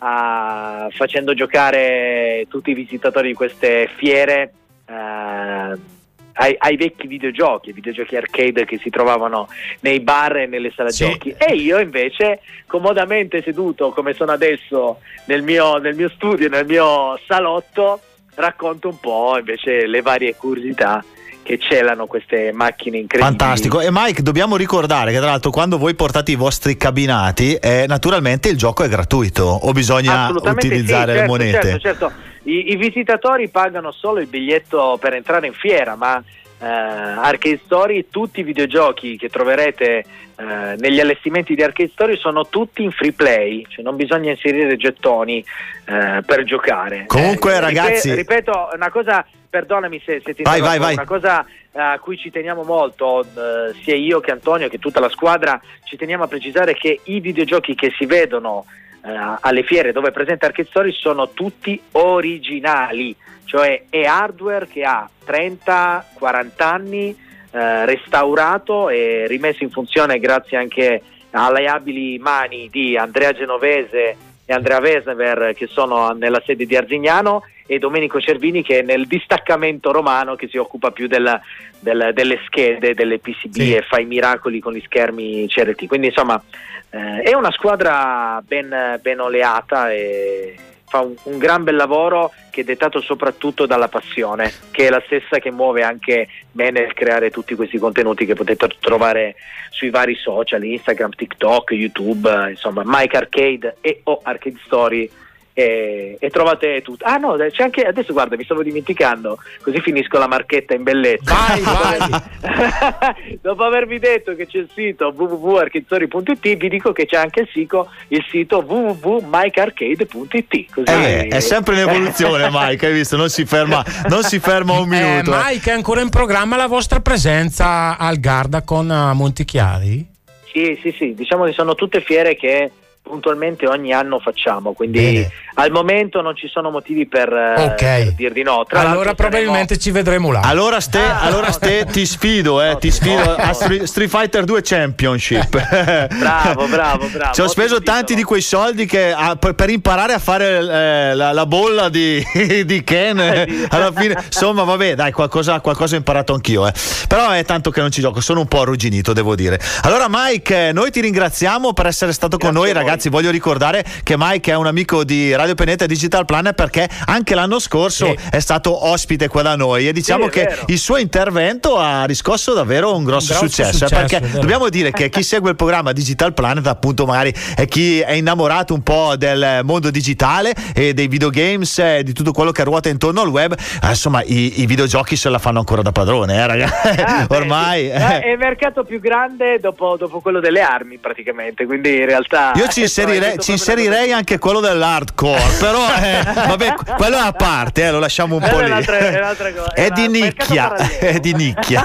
uh, facendo giocare tutti i visitatori di queste fiere uh, Ai, ai vecchi videogiochi, ai videogiochi arcade che si trovavano nei bar e nelle sale sì. giochi. E io invece comodamente seduto come sono adesso nel mio, nel mio studio, nel mio salotto, racconto un po' invece le varie curiosità che celano queste macchine incredibili. Fantastico. E Mike, dobbiamo ricordare che tra l'altro quando voi portate i vostri cabinati eh, naturalmente il gioco è gratuito o bisogna utilizzare sì, certo, le monete? Certo, certo. I, I visitatori pagano solo il biglietto per entrare in fiera, ma eh, Arcade Story, tutti i videogiochi che troverete eh, negli allestimenti di Arcade Story sono tutti in free play, cioè non bisogna inserire gettoni eh, per giocare. Comunque eh, ragazzi, ripeto una cosa, perdonami se, se ti vai, interrompo, vai, vai. una cosa a cui ci teniamo molto, eh, sia io che Antonio che tutta la squadra, ci teniamo a precisare che i videogiochi che si vedono Uh, alle fiere dove è presente Arcade Story sono tutti originali, cioè è hardware che ha trenta quaranta anni, uh, restaurato e rimesso in funzione grazie anche alle abili mani di Andrea Genovese e Andrea Vesnever, che sono nella sede di Arzignano, e Domenico Cervini, che è nel distaccamento romano, che si occupa più del, del, delle schede, delle P C B, sì. E fa i miracoli con gli schermi C R T. Quindi insomma eh, è una squadra ben, ben oleata e fa un, un gran bel lavoro, che è dettato soprattutto dalla passione, che è la stessa che muove anche me nel creare tutti questi contenuti che potete trovare sui vari social, Instagram, TikTok, YouTube, insomma Mike Arcade e o Arcade Story. E, e trovate tutto. Ah no, c'è anche adesso, guarda, mi stavo dimenticando, così finisco la marchetta in bellezza. Vai, vai. Dopo avervi detto che c'è il sito w w w punto arcade story punto i t, vi dico che c'è anche il sito, il sito w w w punto mike arcade punto i t. Così eh, è sempre in evoluzione, Mike, hai visto? Non si ferma, non si ferma un minuto. Eh, Mike, è ancora in programma la vostra presenza al Garda con uh, Montichiari? Sì, sì, sì, diciamo che sono tutte fiere che puntualmente ogni anno facciamo, quindi Bene. al momento non ci sono motivi per, okay. per dir di no. Tra allora probabilmente saremo... ci vedremo là. Allora ste, ah, allora no, ste ti sfido, eh, no, ti sfido no, a no. Street, Street Fighter due Championship. Bravo, bravo, bravo. Ci ho speso tanti di quei soldi che, a, per, per imparare a fare eh, la, la bolla di, di Ken. Alla fine, insomma, vabbè, dai, qualcosa, qualcosa ho imparato anch'io, eh. Però è tanto che non ci gioco, sono un po' arrugginito, devo dire. Allora, Mike, noi ti ringraziamo per essere stato Grazie con noi, ragazzi. Voglio ricordare che Mike è un amico di Radio Pianeta e Digital Planet perché anche l'anno scorso sì. è stato ospite qua da noi e diciamo sì, che vero. il suo intervento ha riscosso davvero un grosso, un grosso successo, successo perché dobbiamo dire che chi segue il programma Digital Planet appunto magari è chi è innamorato un po' del mondo digitale e dei videogames e di tutto quello che ruota intorno al web. Ah, insomma i, i videogiochi se la fanno ancora da padrone, eh, ragazzi. Ah, ormai beh, sì. è il mercato più grande dopo, dopo quello delle armi praticamente, quindi in realtà io ci inserirei, ci inserirei anche quello dell'hardcore, però eh, vabbè, quello è a parte, eh, lo lasciamo un po' lì. È, è di nicchia, è di nicchia.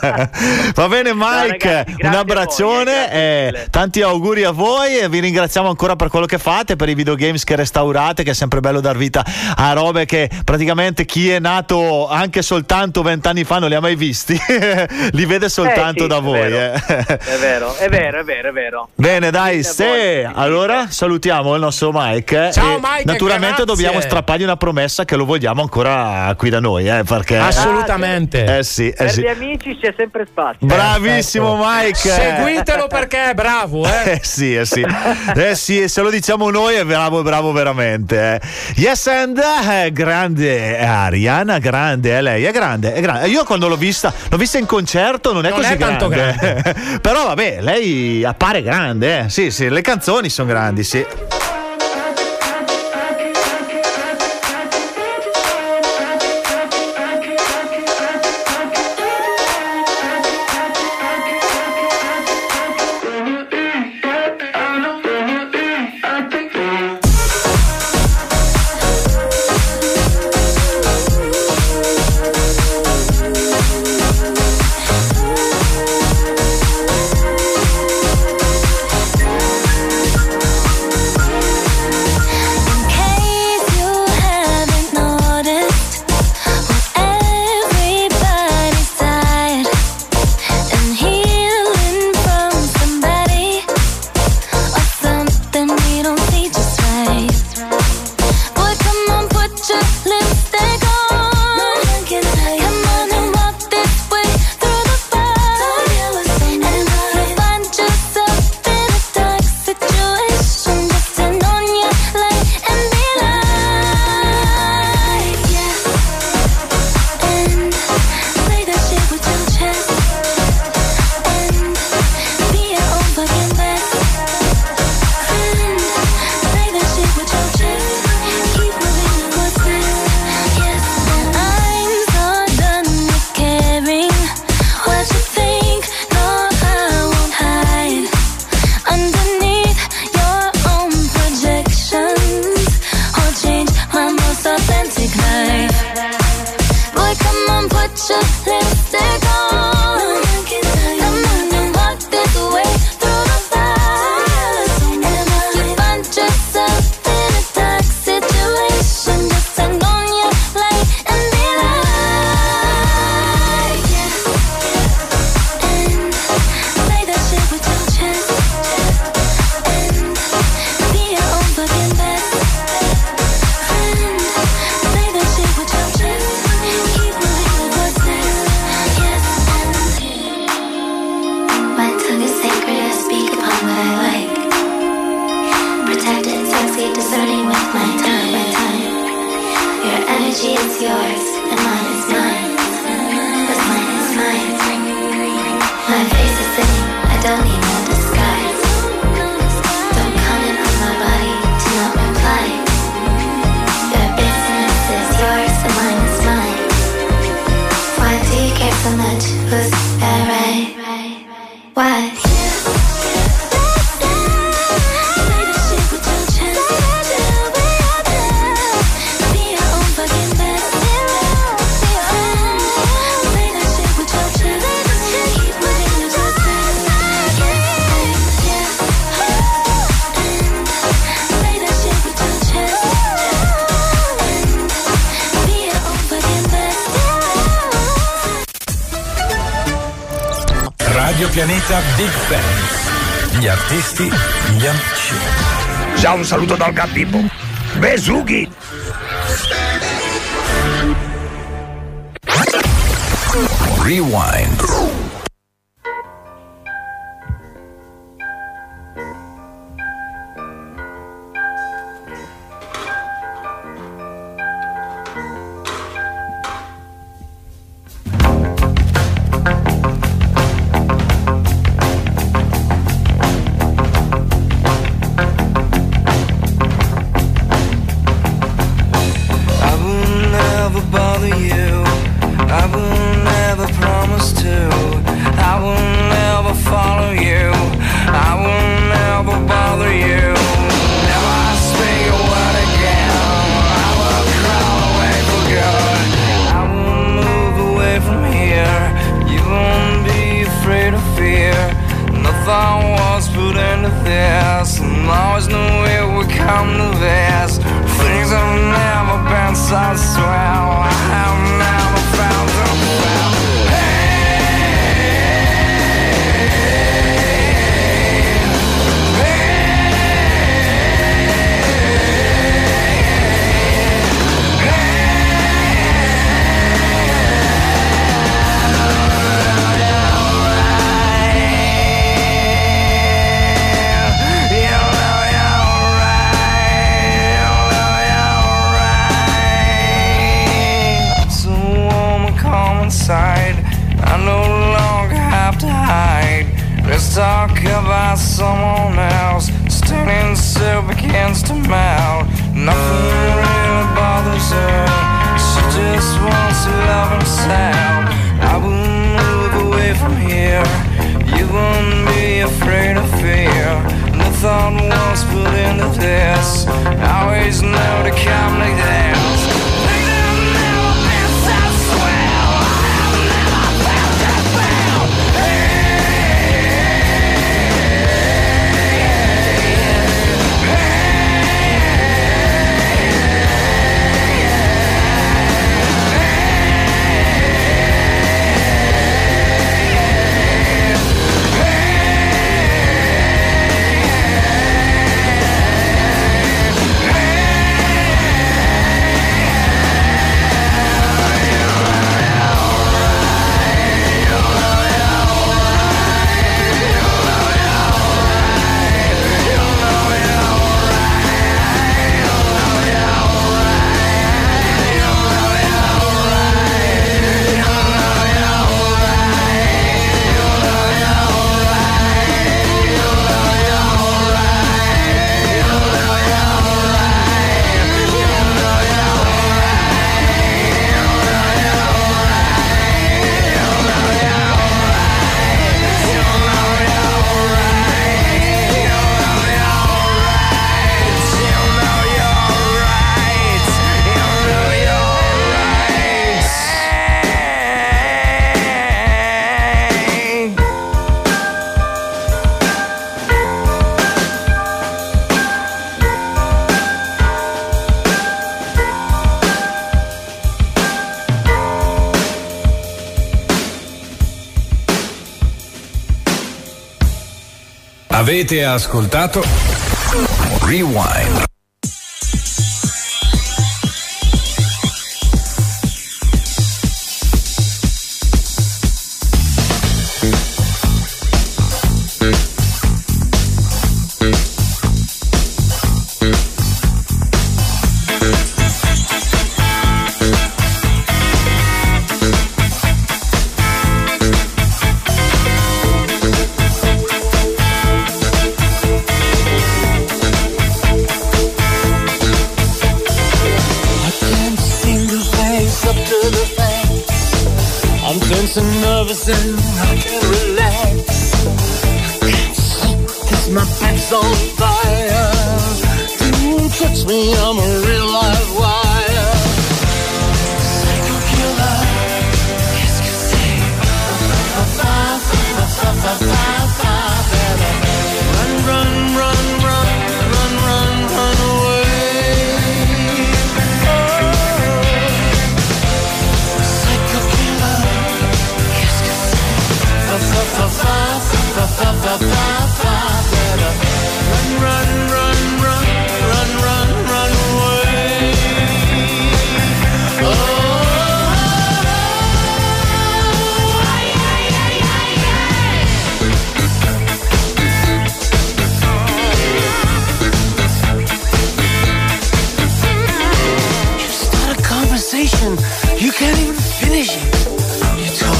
Va bene, Mike, no, ragazzi, un abbraccione, eh, tanti auguri a voi e vi ringraziamo ancora per quello che fate, per i videogames che restaurate, che è sempre bello dar vita a robe che praticamente chi è nato anche soltanto vent'anni fa non li ha mai visti, li vede soltanto eh, sì, da voi. Vero. Eh. È vero, è vero, è vero, è vero. Bene, dai, se allora salutiamo il nostro Mike. Ciao e Mike, naturalmente grazie. dobbiamo strappargli una promessa che lo vogliamo ancora qui da noi, eh, perché assolutamente. Eh sì, eh per sì. gli amici c'è sempre spazio. Bravissimo Mike. Seguitelo perché è bravo, eh. eh sì, eh sì. Eh sì, se lo diciamo noi è bravo, bravo veramente. Eh. Yes and eh, grande Ariana Grande, eh, lei è grande, è grande. Io quando l'ho vista, l'ho vista in concerto, non è non così è tanto grande. grande. Però vabbè, lei appare grande, eh. Sì, sì, le canzoni sono grandi, sì. Radio Pianeta Big Fans. Gli artisti, gli amici. Ciao, un saluto dal Gabibbo. Besughi. Rewind. Avete ascoltato Rewind. nervous and I can't relax. I can't sleep 'cause my bed's on fire. Don't touch me, I'm a real live wire. Psycho killer, qu'est-ce que c'est? Run, run, run, run, run, run, run away. Oh. Psycho killer, qu'est-ce que c'est?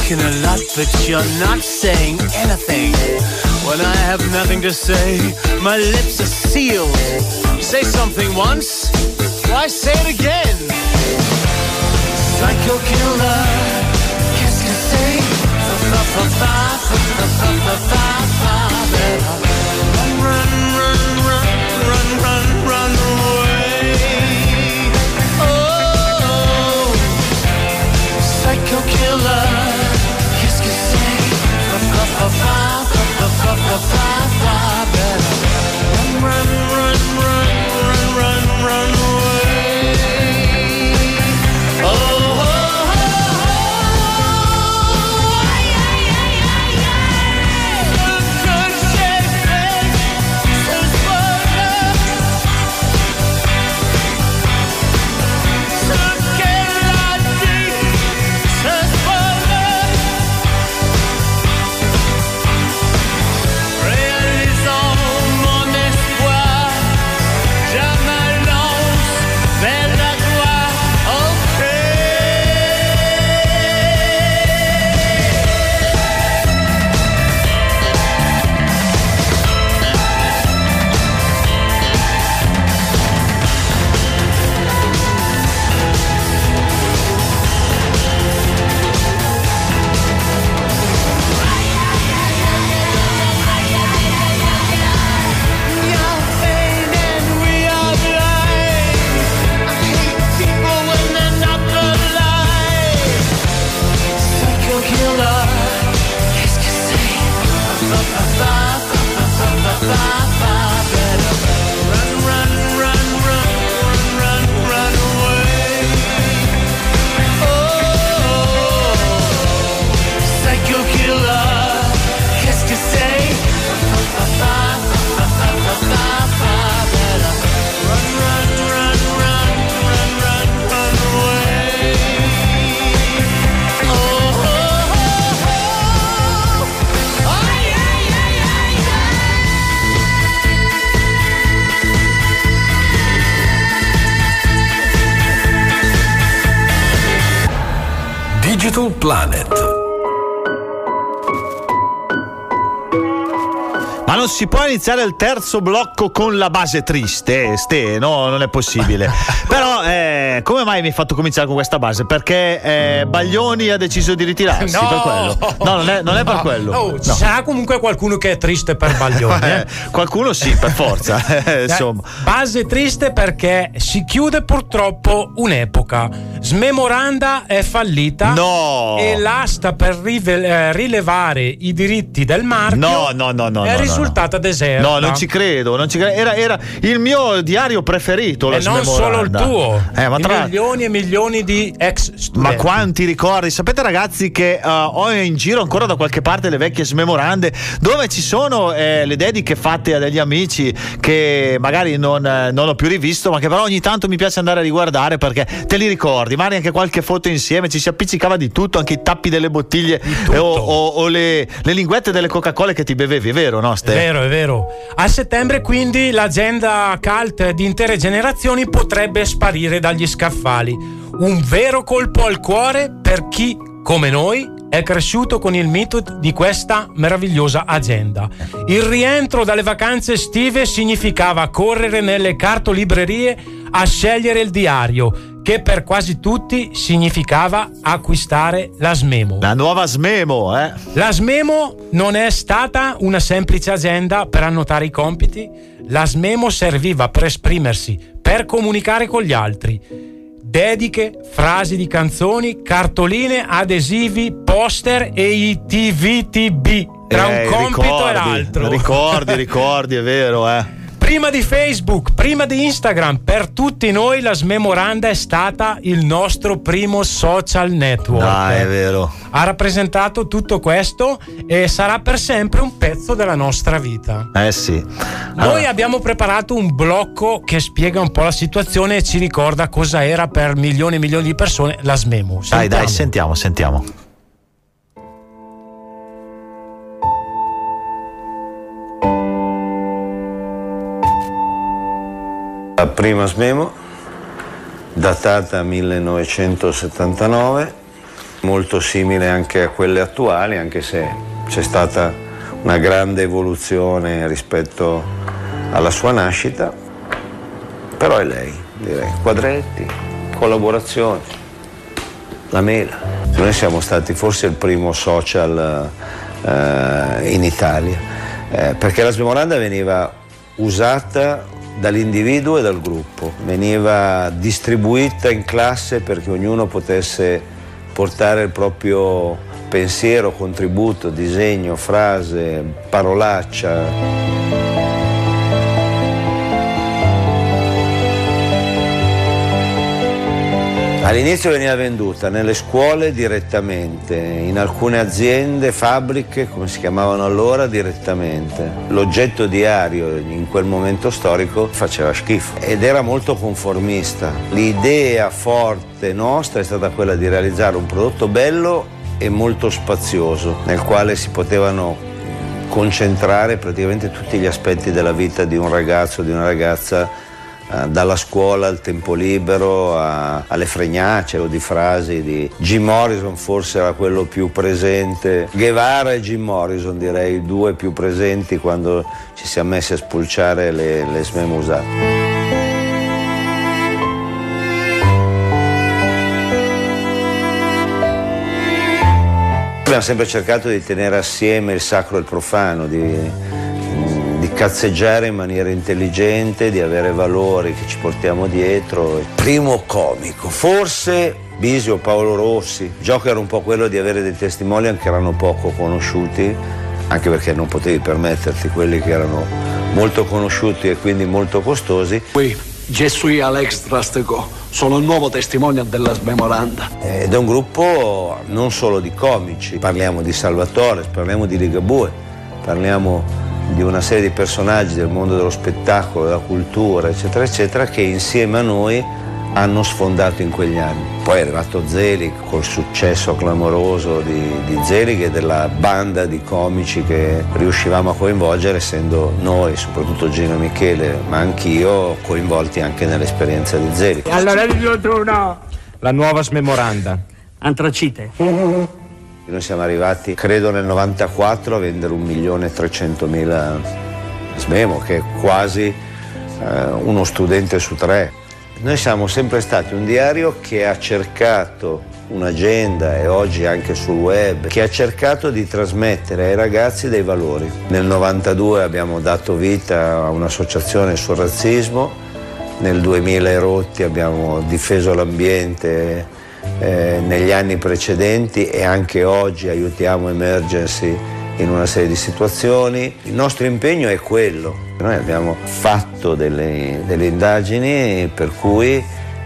talking a lot, but you're not saying anything. When I have nothing to say, my lips are sealed. Say something once, why say it again? Psycho killer, qu'est-ce que c'est? Fa fa fa fa fa fa fa fa fa. Run, run, run, run, run, run, run away. Oh, psycho killer, qu'est-ce que c'est? Fa fa fa fa fa fa fa fa fa fa. Run, run, run, run, run, run, run away. Oh. Digital Planet. Ma non si può iniziare il terzo blocco con la base triste, Ste, no, non è possibile. Però eh, come mai mi hai fatto cominciare con questa base? Perché eh, Baglioni ha deciso di ritirarsi, no, per quello? No, non è, non è no. per quello. Oh, no. Ci sarà comunque qualcuno che è triste per Baglioni. eh? Qualcuno sì, per forza. eh, insomma. Base triste perché si chiude purtroppo un'epoca. Smemoranda è fallita. No. E l'asta per rive- eh, rilevare i diritti del marchio no, no, no, no, è no, risultata no. deserta. No, non ci credo, non ci credo. Era, era il mio diario preferito. La e non solo il tuo. Eh, ma tra... milioni e milioni di ex studenti. Ma quanti ricordi? Sapete, ragazzi, che uh, ho in giro ancora da qualche parte le vecchie smemorande dove ci sono eh, le dediche fatte a degli amici che magari non, eh, non ho più rivisto, ma che però ogni tanto mi piace andare a riguardare perché te li ricordi. Magari anche qualche foto insieme, ci si appiccicava di tutto, anche i tappi delle bottiglie eh, o, o, o le, le linguette delle Coca-Cola che ti bevevi, è vero, no, Ste? È vero, è vero. A settembre quindi l'agenda cult di intere generazioni potrebbe sparire dagli scaffali. Un vero colpo al cuore per chi, come noi, è cresciuto con il mito di questa meravigliosa agenda. Il rientro dalle vacanze estive significava correre nelle cartolibrerie a scegliere il diario, che per quasi tutti significava acquistare la Smemo. La nuova Smemo, eh? La Smemo non è stata una semplice agenda per annotare i compiti. La Smemo serviva per esprimersi, per comunicare con gli altri. Dediche, frasi di canzoni, cartoline, adesivi, poster e i T V T B tra eh, un compito ricordi, e l'altro. Ricordi, ricordi, è vero, eh. Prima di Facebook, prima di Instagram, per tutti noi la Smemoranda è stata il nostro primo social network. Ah, è vero. Ha rappresentato tutto questo e sarà per sempre un pezzo della nostra vita. Eh sì. Noi Allora. abbiamo preparato un blocco che spiega un po' la situazione e ci ricorda cosa era per milioni e milioni di persone la Smemo. Dai, dai, sentiamo, sentiamo. La prima Smemo, datata millenovecentosettantanove, molto simile anche a quelle attuali, anche se c'è stata una grande evoluzione rispetto alla sua nascita, però è lei, direi. Quadretti, collaborazioni, la mela. Noi siamo stati forse il primo social eh, in Italia, eh, perché la smemoranda veniva usata dall'individuo e dal gruppo, veniva distribuita in classe perché ognuno potesse portare il proprio pensiero, contributo, disegno, frase, parolaccia. All'inizio veniva venduta nelle scuole direttamente, in alcune aziende, fabbriche, come si chiamavano allora, direttamente. L'oggetto diario in quel momento storico faceva schifo ed era molto conformista. L'idea forte nostra è stata quella di realizzare un prodotto bello e molto spazioso, nel quale si potevano concentrare praticamente tutti gli aspetti della vita di un ragazzo o di una ragazza, dalla scuola al tempo libero a, alle fregnacce o di frasi di Jim Morrison, forse era quello più presente. Guevara e Jim Morrison, direi i due più presenti quando ci siamo messi a spulciare le, le smem usate. Abbiamo sempre cercato di tenere assieme il sacro e il profano, di di cazzeggiare in maniera intelligente, di avere valori che ci portiamo dietro. Primo comico, forse Bisio, Paolo Rossi. Il gioco era un po' quello di avere dei testimonial che erano poco conosciuti, anche perché non potevi permetterti quelli che erano molto conosciuti e quindi molto costosi. Oui, je suis Alex Rasteco, sono il nuovo testimonial della smemoranda. Ed è un gruppo non solo di comici, parliamo di Salvatore, parliamo di Ligabue, parliamo di una serie di personaggi del mondo dello spettacolo, della cultura, eccetera, eccetera, che insieme a noi hanno sfondato in quegli anni. Poi è arrivato Zelig col successo clamoroso di, di Zelig e della banda di comici che riuscivamo a coinvolgere, essendo noi, soprattutto Gino e Michele, ma anch'io, coinvolti anche nell'esperienza di Zelig. Allora dico tu no! La nuova smemoranda. Antracite. Noi siamo arrivati, credo nel novantaquattro, a vendere un milione e trecentomila smemo, che è quasi eh, uno studente su tre. Noi siamo sempre stati un diario che ha cercato un'agenda, e oggi anche sul web, che ha cercato di trasmettere ai ragazzi dei valori. Nel novantadue abbiamo dato vita a un'associazione sul razzismo, nel duemila erotti abbiamo difeso l'ambiente. Eh, negli anni precedenti e anche oggi aiutiamo Emergency in una serie di situazioni. Il nostro impegno è quello. Noi abbiamo fatto delle, delle indagini per cui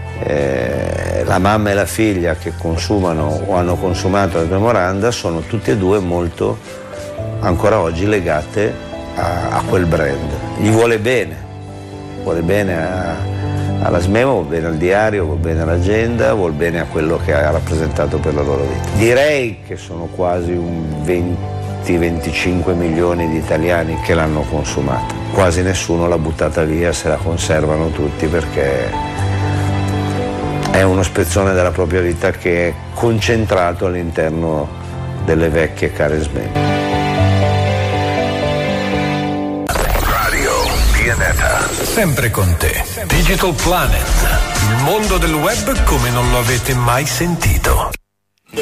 eh, la mamma e la figlia che consumano o hanno consumato la smemoranda sono tutte e due molto, ancora oggi, legate a, a quel brand. Gli vuole bene, vuole bene a alla Smemo, vuol bene al diario, vuol bene all'agenda, vuol bene a quello che ha rappresentato per la loro vita. Direi che sono quasi un venti venticinque milioni di italiani che l'hanno consumata. Quasi nessuno l'ha buttata via, se la conservano tutti perché è uno spezzone della propria vita che è concentrato all'interno delle vecchie care Smemo. Sempre con te. Digital Planet, il mondo del web come non lo avete mai sentito. C'è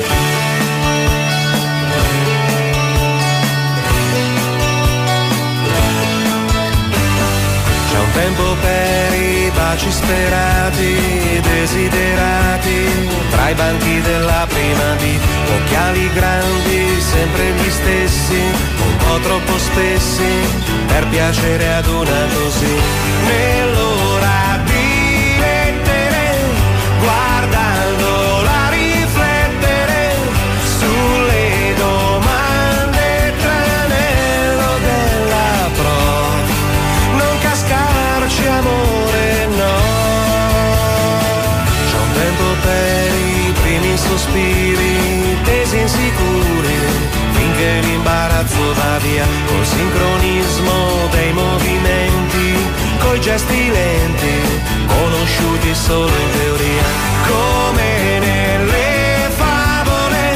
un tempo per i baci sperati, desiderati, tra i banchi della prima D, occhiali grandi, sempre gli stessi, un po' troppo spessi, per piacere ad una così. Nell'ora di lettere, guardandola riflettere sulle domande, tranello della pro, non cascarci amore, no. C'è un tempo per i primi sospiri, tesi insicuri, finché l'imbarazzo va via, col sincronismo dei movimenti, coi gesti lenti, conosciuti solo in teoria, come nelle favole,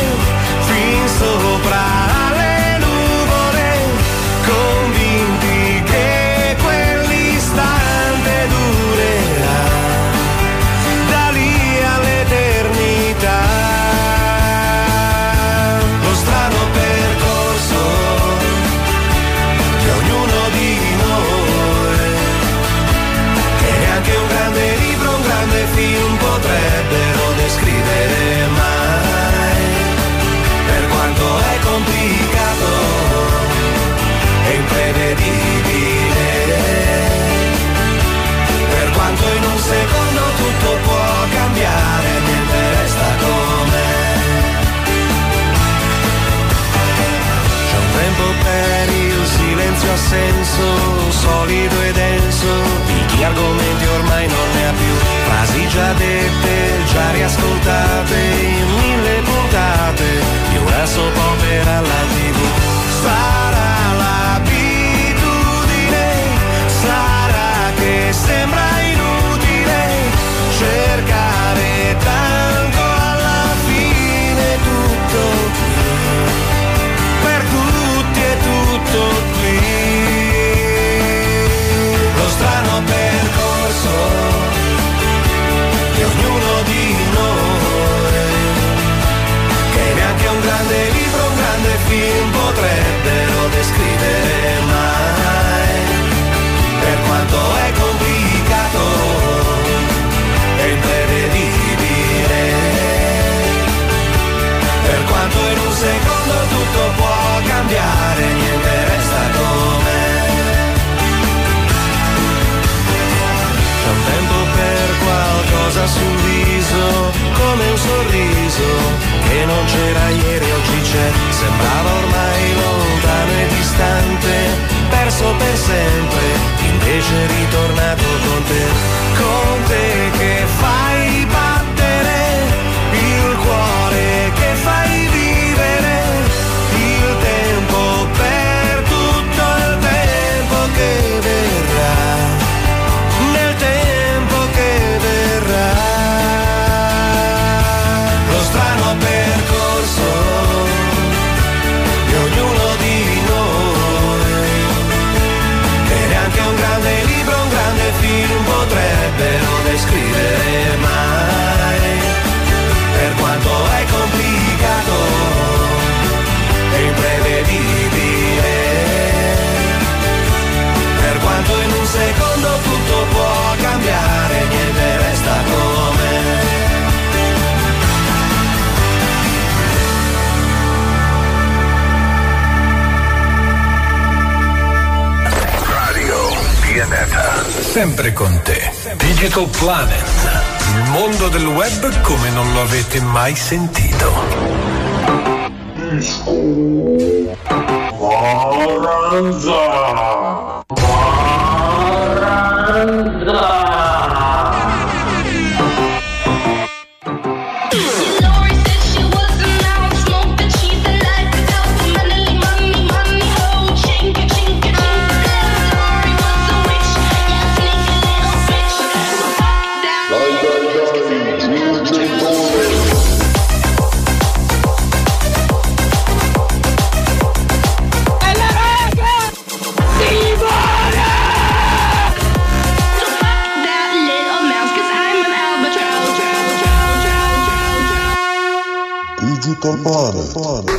senso solido e denso di chi argomenti ormai non ne ha più, frasi già dette, già riascoltate in mille puntate di una soap opera alla tivù. Sarà l'abitudine, sarà che sembra inutile cercare tanto, alla fine tutto qui, per tutti è tutto qui. Lo strano percorso di ognuno di noi, che neanche un grande libro, un grande film potrebbero descrivere mai, per quanto è complicato e imprevedibile, per quanto in un secondo tutto può cambiare, niente resta com'è. C'è un tempo per qualcosa sul viso, come un sorriso che non c'era ieri, oggi c'è, sembrava ormai lontano e distante, perso per sempre, invece ritornato con te, con te che fai battere il cuore, che fai vivere il tempo per tutto il tempo che verrà, nel tempo che verrà. Lo strano percorso di ognuno di noi, che neanche un grande libro, un grande film potrebbero descrivere mai, per quanto è complicato e imprevedibile, per quanto in un secondo tutto può cambiare, niente resta com'è. Pianeta, sempre con te. Digital Planet, il mondo del web come non lo avete mai sentito. Maranza! Maranza! Digital Planet.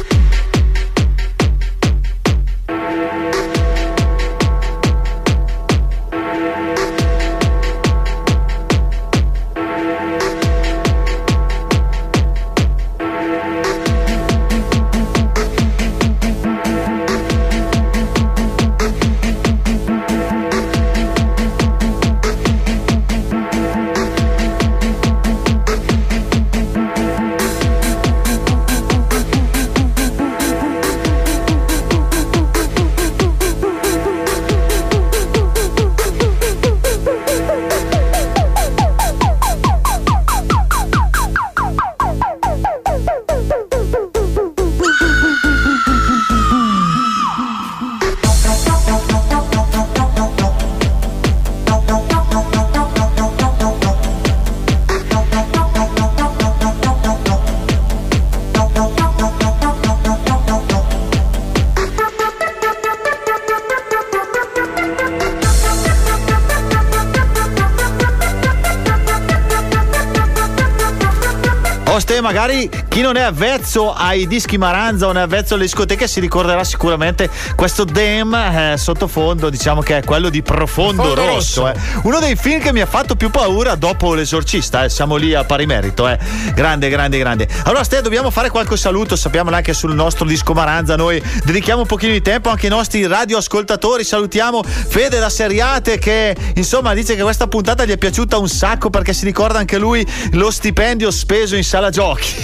Oste, magari chi non è avvezzo ai dischi Maranza o non è avvezzo alle discoteche si ricorderà sicuramente questo Dem eh, sottofondo, diciamo che è quello di Profondo, Profondo Rosso, Rosso. Eh. Uno dei film che mi ha fatto più paura dopo L'Esorcista, eh. Siamo lì a pari merito, eh. grande grande grande. Allora Ste, dobbiamo fare qualche saluto, sappiamo anche sul nostro disco Maranza, noi dedichiamo un pochino di tempo anche ai nostri radioascoltatori, salutiamo Fede da Seriate che insomma dice che questa puntata gli è piaciuta un sacco perché si ricorda anche lui lo stipendio speso in sala giochi.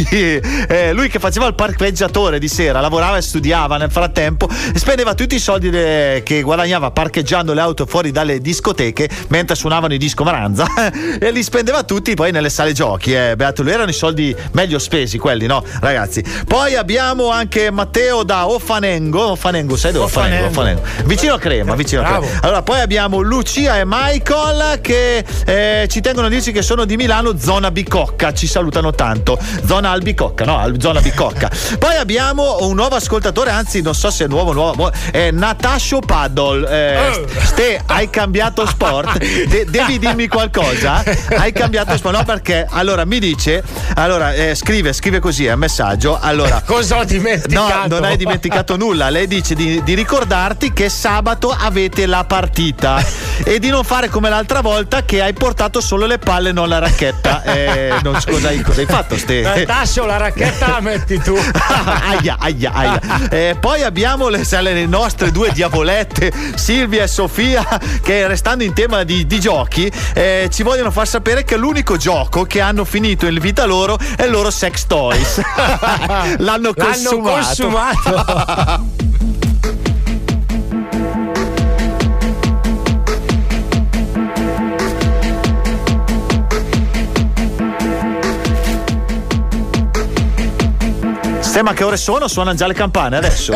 eh, lui che faceva il parcheggiatore di sera, lavorava e studiava nel frattempo, spendeva tutti i soldi de- che guadagnava parcheggiando le auto fuori dalle discoteche mentre suonavano i disco Maranza e li spendeva tutti poi nelle sale giochi. Eh. Beato lui, erano i soldi meglio spesi quelli, no ragazzi? Poi abbiamo anche Matteo da Ofanengo, Ofanengo, sai dove? Ofanengo, Ofanengo. Vicino a Crema, vicino a Crema. Allora poi abbiamo Lucia e Michael che eh, ci tengono a dirci che sono di Milano, zona Bicocca, ci salutano tanto, zona Albicocca, no, zona Bicocca. Poi abbiamo un nuovo ascoltatore, anzi non so se è nuovo, nuovo è Natascio Paddle. Eh, ste, hai cambiato sport? De- devi dirmi qualcosa? Hai cambiato sport? No, perché allora mi dice, allora eh, scrive, scrive così a messaggio. Allora, cosa ho dimenticato? No, non hai dimenticato nulla. Lei dice di, di ricordarti che sabato avete la partita e di non fare come l'altra volta che hai portato solo le palle, non la racchetta. Eh, non so cosa hai, cosa hai fatto, ste. Eh, Tasso, la racchetta la metti tu. aia, aia, aia. Eh, poi abbiamo le, le nostre due diavolette, Silvia e Sofia, che restando in tema di, di giochi, eh, ci vogliono far sapere che l'unico gioco che hanno finito in vita loro è il loro sex toys. L'hanno consumato. L'hanno consumato. Sì, ma che ore sono? Suonano già le campane adesso?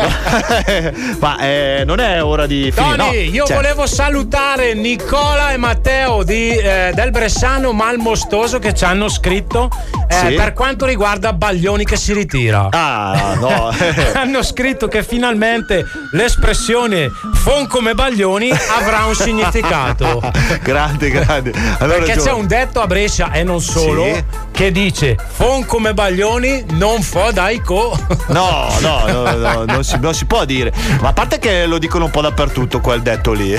Ma eh, non è ora di finire. Tony, no, io cioè... volevo salutare Nicola e Matteo di, eh, del Bressano Malmostoso che ci hanno scritto eh, sì? per quanto riguarda Baglioni che si ritira. Ah, no. Hanno scritto che finalmente l'espressione fon come Baglioni avrà un significato. Grande, grande. Allora, perché Gio... c'è un detto a Brescia e non solo sì? che dice fon come Baglioni non fo dai co. No, no, no, no non, si, non si può dire. Ma a parte che lo dicono un po' dappertutto quel detto lì.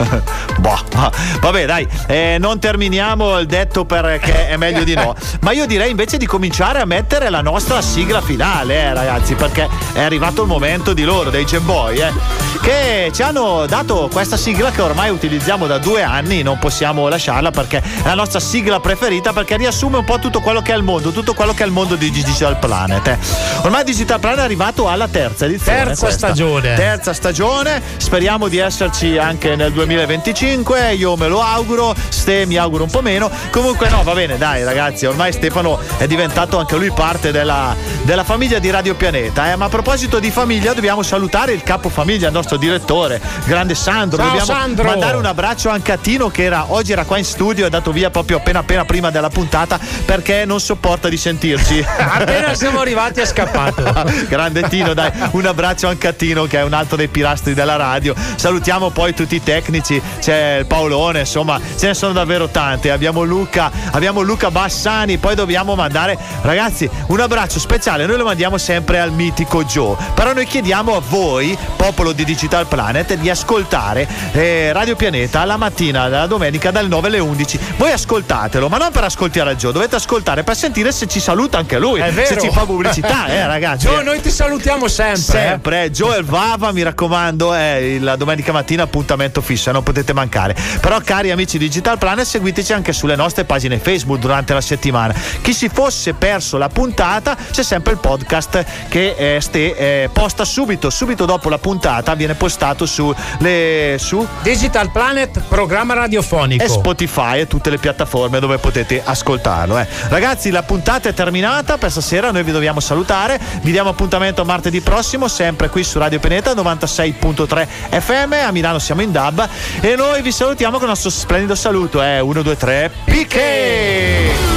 Boh, vabbè, dai, eh, non terminiamo il detto perché è meglio di no. Ma io direi invece di cominciare a mettere la nostra sigla finale, eh, ragazzi, perché è arrivato il momento di loro, dei Gemboy, eh, che ci hanno dato questa sigla che ormai utilizziamo da due anni, non possiamo lasciarla perché è la nostra sigla preferita, perché riassume un po' tutto quello che è il mondo, tutto quello che è il mondo di Digital Planet. Eh. Ormai Digital Planet è arrivato alla terza edizione. Terza questa. stagione. Terza stagione. Speriamo di esserci anche nel duemilaventicinque. Io me lo auguro. Ste mi auguro un po' meno. Comunque no, va bene, dai ragazzi. Ormai Stefano è diventato anche lui parte della, della famiglia di Radio Pianeta. Eh? Ma a proposito di famiglia, dobbiamo salutare il capofamiglia, il nostro direttore, grande Sandro. Ciao, dobbiamo Sandro. mandare un abbraccio anche a Tino, che era, oggi era qua in studio, è andato via proprio appena appena prima della puntata perché non sopporta di sentirci. Appena siamo arrivati è scappato. Grande Tino, dai, un abbraccio anche a Tino che è un altro dei pilastri della radio. Salutiamo poi tutti i tecnici, c'è il Paolone, insomma ce ne sono davvero tanti. Abbiamo Luca, abbiamo Luca Bassani. Poi dobbiamo mandare, ragazzi, un abbraccio speciale. Noi lo mandiamo sempre al mitico Joe, però noi chiediamo a voi, popolo di Digital Planet, di ascoltare eh, Radio Pianeta la mattina, la domenica dalle nove alle undici. Voi ascoltatelo, ma non per ascoltare a Joe, dovete ascoltare per sentire se ci saluta anche lui, è vero. se ci fa pubblicità, eh ragazzi. Joe, noi ti salutiamo sempre. Sempre, eh. Joe e il Vava, mi raccomando, è la domenica mattina appuntamento fisso, non potete mancare. Però cari amici Digital Planet, seguiteci anche sulle nostre pagine Facebook durante la settimana. Chi si fosse perso la puntata, c'è sempre il podcast che eh, ste, eh, posta subito, subito dopo la puntata, viene postato su le su Digital Planet, programma radiofonico, e Spotify e tutte le piattaforme dove potete ascoltarlo. Eh. Ragazzi, la puntata è terminata per stasera, noi vi dobbiamo salutare. Vi diamo appuntamento a martedì prossimo, sempre qui su Radio Pianeta novantasei virgola tre F M. A Milano siamo in D A B e noi vi salutiamo con il nostro splendido saluto. Eh. uno, due, tre, picche!